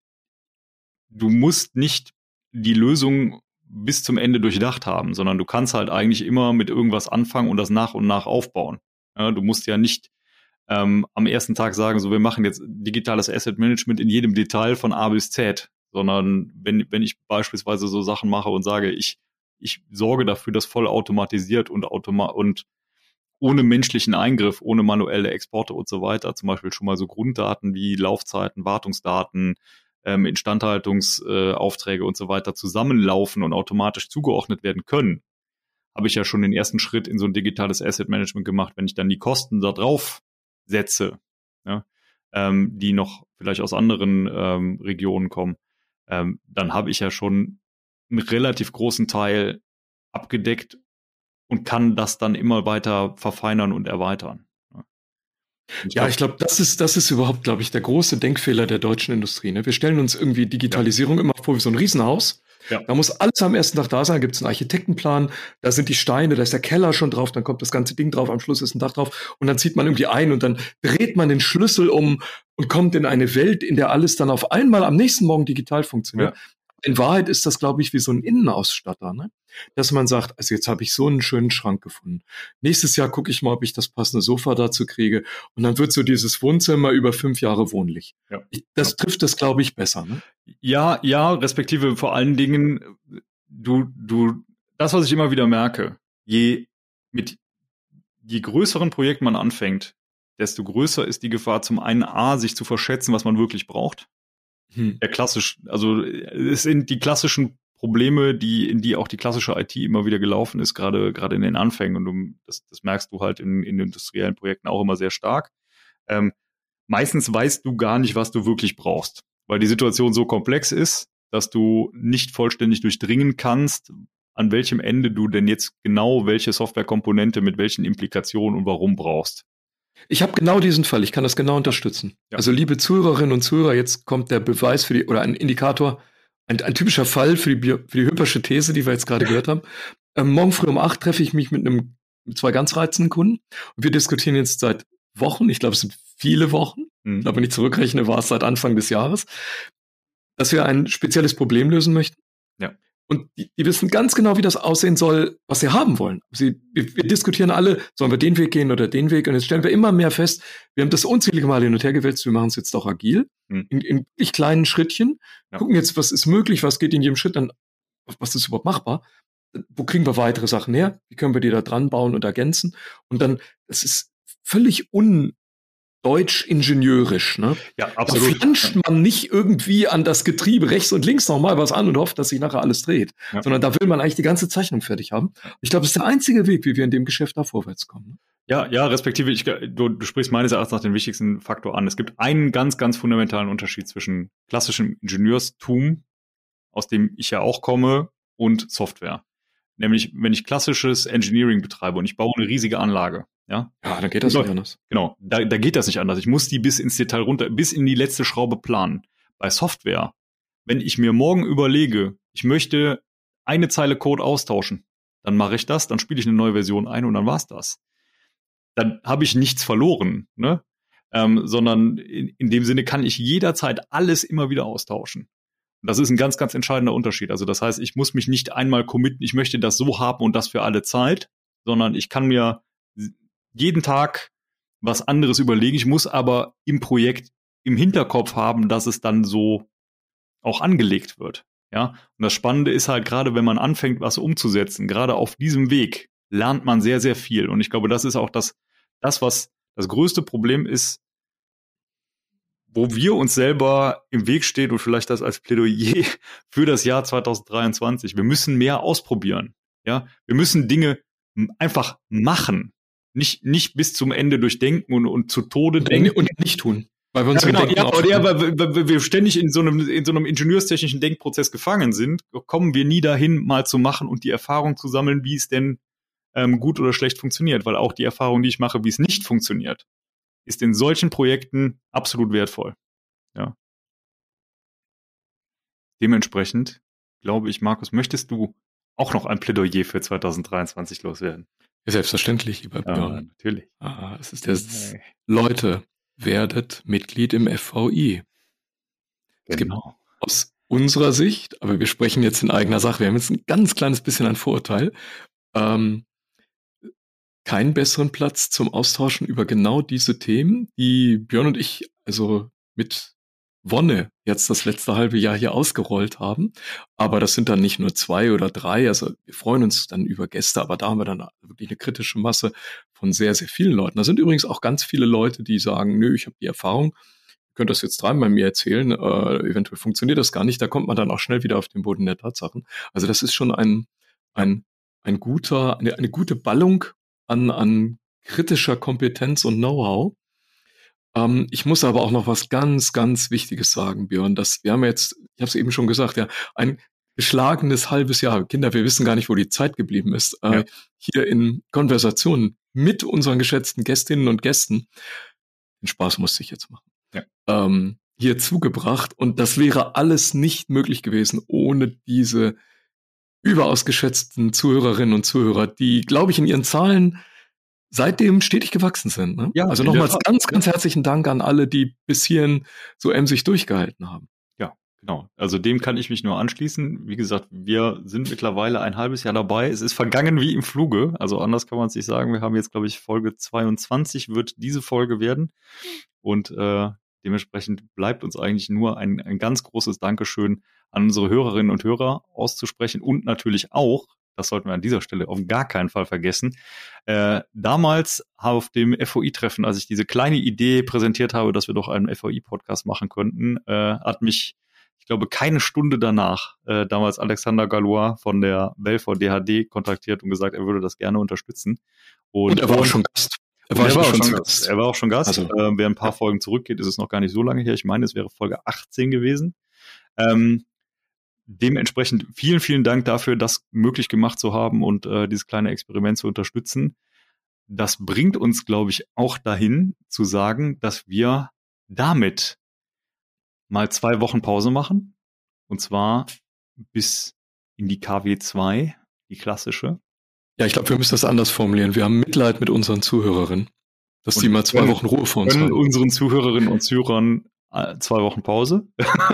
Du musst nicht die Lösung bis zum Ende durchdacht haben, sondern du kannst halt eigentlich immer mit irgendwas anfangen und das nach und nach aufbauen. Ja, du musst ja nicht ähm, am ersten Tag sagen, so wir machen jetzt digitales Asset Management in jedem Detail von A bis Z, sondern wenn wenn ich beispielsweise so Sachen mache und sage, ich ich sorge dafür, dass voll automatisiert und automa und ohne menschlichen Eingriff, ohne manuelle Exporte und so weiter, zum Beispiel schon mal so Grunddaten wie Laufzeiten, Wartungsdaten, ähm, Instandhaltungsaufträge äh, und so weiter zusammenlaufen und automatisch zugeordnet werden können, habe ich ja schon den ersten Schritt in so ein digitales Asset Management gemacht. Wenn ich dann die Kosten da drauf setze, ja, ähm, die noch vielleicht aus anderen ähm, Regionen kommen, ähm, dann habe ich ja schon einen relativ großen Teil abgedeckt und kann das dann immer weiter verfeinern und erweitern. Ja, ich ja, glaub, ich glaube, das ist, das ist überhaupt, glaube ich, der große Denkfehler der deutschen Industrie. Ne? Wir stellen uns irgendwie Digitalisierung ja. immer vor wie so ein Riesenhaus. Ja. Da muss alles am ersten Tag da sein, da gibt es einen Architektenplan, da sind die Steine, da ist der Keller schon drauf, dann kommt das ganze Ding drauf, am Schluss ist ein Dach drauf und dann zieht man irgendwie ein und dann dreht man den Schlüssel um und kommt in eine Welt, in der alles dann auf einmal am nächsten Morgen digital funktioniert. Ja. In Wahrheit ist das, glaube ich, wie so ein Innenausstatter, ne? Dass man sagt, also jetzt habe ich so einen schönen Schrank gefunden. Nächstes Jahr gucke ich mal, ob ich das passende Sofa dazu kriege. Und dann wird so dieses Wohnzimmer über fünf Jahre wohnlich. Ja. Das ja. trifft das, glaube ich, besser, ne? Ja, ja, respektive vor allen Dingen, du, du, das, was ich immer wieder merke, je mit, je größeren Projekten man anfängt, desto größer ist die Gefahr, zum einen A, sich zu verschätzen, was man wirklich braucht. Hm. Der klassisch, also es sind die klassischen Probleme, die in die auch die klassische I T immer wieder gelaufen ist, gerade gerade in den Anfängen. Und du, das, das merkst du halt in, in industriellen Projekten auch immer sehr stark. Ähm, meistens weißt du gar nicht, was du wirklich brauchst, weil die Situation so komplex ist, dass du nicht vollständig durchdringen kannst, an welchem Ende du denn jetzt genau welche Softwarekomponente mit welchen Implikationen und warum brauchst. Ich habe genau diesen Fall, ich kann das genau unterstützen. Ja. Also liebe Zuhörerinnen und Zuhörer, jetzt kommt der Beweis für die, oder ein Indikator, ein, ein typischer Fall für die, Bio, für die Hüppersche These, die wir jetzt gerade gehört haben. Ähm, morgen früh um acht treffe ich mich mit einem mit zwei ganz reizenden Kunden und wir diskutieren jetzt seit Wochen, ich glaube es sind viele Wochen, mhm. ich glaube, wenn ich zurückrechne, war es seit Anfang des Jahres, dass wir ein spezielles Problem lösen möchten. Ja. Und die, die wissen ganz genau, wie das aussehen soll, was sie haben wollen. Sie, wir, wir diskutieren alle, sollen wir den Weg gehen oder den Weg? Und jetzt stellen wir immer mehr fest, wir haben das unzählige Mal hin und her gewälzt, wir machen es jetzt auch agil, hm. in, in wirklich kleinen Schrittchen, ja. gucken jetzt, was ist möglich, was geht in jedem Schritt, dann, was ist überhaupt machbar? Wo kriegen wir weitere Sachen her? Wie können wir die da dran bauen und ergänzen? Und dann, das ist völlig un deutsch-ingenieurisch, ne? Ja, absolut. Da flanscht man nicht irgendwie an das Getriebe rechts und links nochmal was an und hofft, dass sich nachher alles dreht. Ja. Sondern da will man eigentlich die ganze Zeichnung fertig haben. Ich glaube, das ist der einzige Weg, wie wir in dem Geschäft da vorwärts kommen. Ja, ja, respektive, ich, du, du sprichst meines Erachtens nach den wichtigsten Faktor an. Es gibt einen ganz, ganz fundamentalen Unterschied zwischen klassischem Ingenieurstum, aus dem ich ja auch komme, und Software. Nämlich, wenn ich klassisches Engineering betreibe und ich baue eine riesige Anlage, ja. Ja, dann geht das nicht anders. Genau, da, da geht das nicht anders. Ich muss die bis ins Detail runter, bis in die letzte Schraube planen. Bei Software, wenn ich mir morgen überlege, ich möchte eine Zeile Code austauschen, dann mache ich das, dann spiele ich eine neue Version ein und dann war's das. Dann habe ich nichts verloren, ne? Ähm, sondern in, in dem Sinne kann ich jederzeit alles immer wieder austauschen. Und das ist ein ganz, ganz entscheidender Unterschied. Also das heißt, ich muss mich nicht einmal committen, ich möchte das so haben und das für alle Zeit, sondern ich kann mir jeden Tag was anderes überlegen. Ich muss aber im Projekt im Hinterkopf haben, dass es dann so auch angelegt wird. Ja, und das Spannende ist halt gerade, wenn man anfängt, was umzusetzen, gerade auf diesem Weg lernt man sehr, sehr viel. Und ich glaube, das ist auch das, das, was das größte Problem ist, wo wir uns selber im Weg stehen und vielleicht das als Plädoyer für das Jahr zwanzig dreiundzwanzig. Wir müssen mehr ausprobieren. Ja, wir müssen Dinge einfach machen. Nicht, nicht bis zum Ende durchdenken und, und zu Tode und denken. Und nicht tun. Weil wir uns ja, genau, Denken ja, aber ja, weil, weil wir ständig in so einem, in so einem ingenieurstechnischen Denkprozess gefangen sind, kommen wir nie dahin, mal zu machen und die Erfahrung zu sammeln, wie es denn ähm, gut oder schlecht funktioniert. Weil auch die Erfahrung, die ich mache, wie es nicht funktioniert, ist in solchen Projekten absolut wertvoll. Ja. Dementsprechend glaube ich, Markus, möchtest du auch noch ein Plädoyer für zwanzig dreiundzwanzig loswerden? Ja, selbstverständlich, lieber Björn. Ah, natürlich. Ah, es ist das, okay. Leute, werdet Mitglied im F V I. Es genau. gibt aus unserer Sicht, aber wir sprechen jetzt in eigener Sache, wir haben jetzt ein ganz kleines bisschen ein Vorurteil, ähm, keinen besseren Platz zum Austauschen über genau diese Themen, die Björn und ich also mit Wonne jetzt das letzte halbe Jahr hier ausgerollt haben. Aber das sind dann nicht nur zwei oder drei, also wir freuen uns dann über Gäste, aber da haben wir dann wirklich eine kritische Masse von sehr, sehr vielen Leuten. Da sind übrigens auch ganz viele Leute, die sagen, nö, ich habe die Erfahrung, ihr könnt das jetzt dreimal mir erzählen, äh, eventuell funktioniert das gar nicht, da kommt man dann auch schnell wieder auf den Boden der Tatsachen. Also das ist schon ein, ein, ein guter, eine, eine gute Ballung an, an kritischer Kompetenz und Know-how. Ähm, ich muss aber auch noch was ganz, ganz Wichtiges sagen, Björn. Das, wir haben jetzt, ich habe es eben schon gesagt, ja, ein geschlagenes halbes Jahr. Kinder, wir wissen gar nicht, wo die Zeit geblieben ist. Äh, ja. Hier in Konversationen mit unseren geschätzten Gästinnen und Gästen. Den Spaß musste ich jetzt machen. Ja. Ähm, hier zugebracht. Und das wäre alles nicht möglich gewesen ohne diese überaus geschätzten Zuhörerinnen und Zuhörer, die, glaube ich, in ihren Zahlen seitdem stetig gewachsen sind. Ne? Ja, also nochmals ganz, ganz herzlichen Dank an alle, die bis hierhin so emsig durchgehalten haben. Ja, genau. Also dem kann ich mich nur anschließen. Wie gesagt, wir sind mittlerweile ein halbes Jahr dabei. Es ist vergangen wie im Fluge. Also anders kann man es nicht sagen. Wir haben jetzt, glaube ich, Folge zweiundzwanzig wird diese Folge werden. Und äh, dementsprechend bleibt uns eigentlich nur ein, ein ganz großes Dankeschön an unsere Hörerinnen und Hörer auszusprechen und natürlich auch, das sollten wir an dieser Stelle auf gar keinen Fall vergessen, äh, damals auf dem F O I-Treffen, als ich diese kleine Idee präsentiert habe, dass wir doch einen F O I-Podcast machen könnten, äh, hat mich, ich glaube, keine Stunde danach äh, damals Alexander Galois von der Belfort D H D kontaktiert und gesagt, er würde das gerne unterstützen. Und, und er war auch schon Gast. Er war, er, war schon schon Gast. er war auch schon Gast. Also, äh, wer ein paar ja. Folgen zurückgeht, ist es noch gar nicht so lange her. Ich meine, es wäre Folge achtzehn gewesen. Ähm, dementsprechend vielen, vielen Dank dafür, das möglich gemacht zu haben und äh, dieses kleine Experiment zu unterstützen. Das bringt uns, glaube ich, auch dahin zu sagen, dass wir damit mal zwei Wochen Pause machen. Und zwar bis in die K W zwei, die klassische. Ja, ich glaube, wir müssen das anders formulieren. Wir haben Mitleid mit unseren Zuhörerinnen, dass die mal zwei können, Wochen Ruhe vor uns können haben. Unseren Zuhörerinnen und Zuhörern äh, zwei Wochen Pause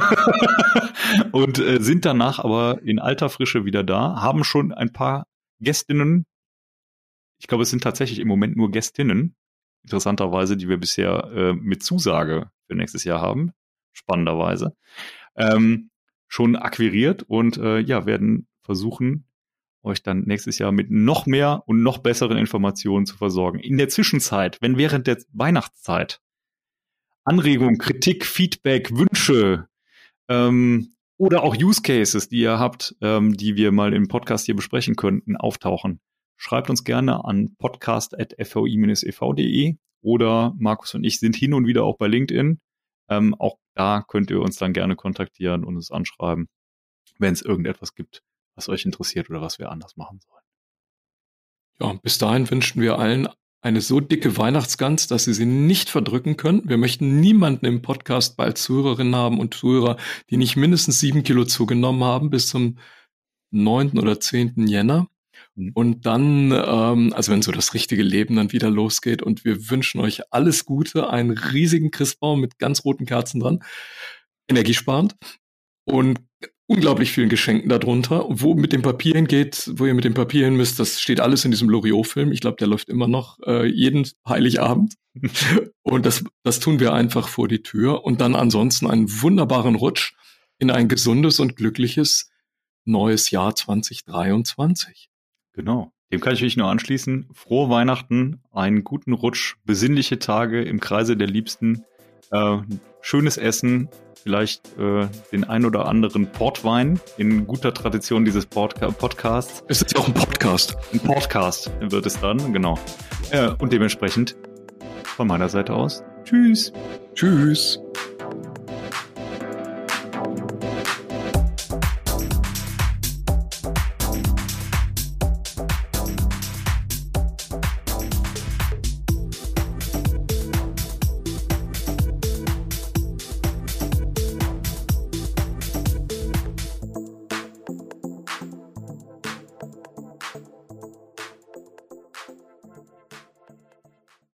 und äh, sind danach aber in alter Frische wieder da, haben schon ein paar Gästinnen, ich glaube, es sind tatsächlich im Moment nur Gästinnen, interessanterweise, die wir bisher äh, mit Zusage für nächstes Jahr haben, spannenderweise, ähm, schon akquiriert und äh, ja, werden versuchen, euch dann nächstes Jahr mit noch mehr und noch besseren Informationen zu versorgen. In der Zwischenzeit, wenn während der Weihnachtszeit Anregungen, Kritik, Feedback, Wünsche ähm, oder auch Use Cases, die ihr habt, ähm, die wir mal im Podcast hier besprechen könnten, auftauchen, schreibt uns gerne an podcast at f o i dash e v punkt d e oder Markus und ich sind hin und wieder auch bei LinkedIn. Ähm, auch da könnt ihr uns dann gerne kontaktieren und uns anschreiben, wenn es irgendetwas gibt, was euch interessiert oder was wir anders machen sollen. Ja, bis dahin wünschen wir allen eine so dicke Weihnachtsgans, dass Sie sie nicht verdrücken können. Wir möchten niemanden im Podcast bald Zuhörerinnen haben und Zuhörer, die nicht mindestens sieben Kilo zugenommen haben bis zum neunten oder zehnten Jänner. Mhm. Und dann, ähm, also wenn so das richtige Leben dann wieder losgeht, und wir wünschen euch alles Gute, einen riesigen Christbaum mit ganz roten Kerzen dran, energiesparend und unglaublich vielen Geschenken darunter. Wo mit dem Papier hingeht, wo ihr mit dem Papier hin müsst, das steht alles in diesem Loriot-Film. Ich glaube, der läuft immer noch äh, jeden Heiligabend. Und das, das tun wir einfach vor die Tür. Und dann ansonsten einen wunderbaren Rutsch in ein gesundes und glückliches neues Jahr zwanzig dreiundzwanzig. Genau. Dem kann ich mich nur anschließen. Frohe Weihnachten, einen guten Rutsch, besinnliche Tage im Kreise der Liebsten, äh, schönes Essen, vielleicht äh, den ein oder anderen Portwein in guter Tradition dieses Podca- Podcasts. Es ist ja auch ein Podcast. Ein Podcast wird es dann, genau. Äh, und dementsprechend von meiner Seite aus, tschüss. Tschüss.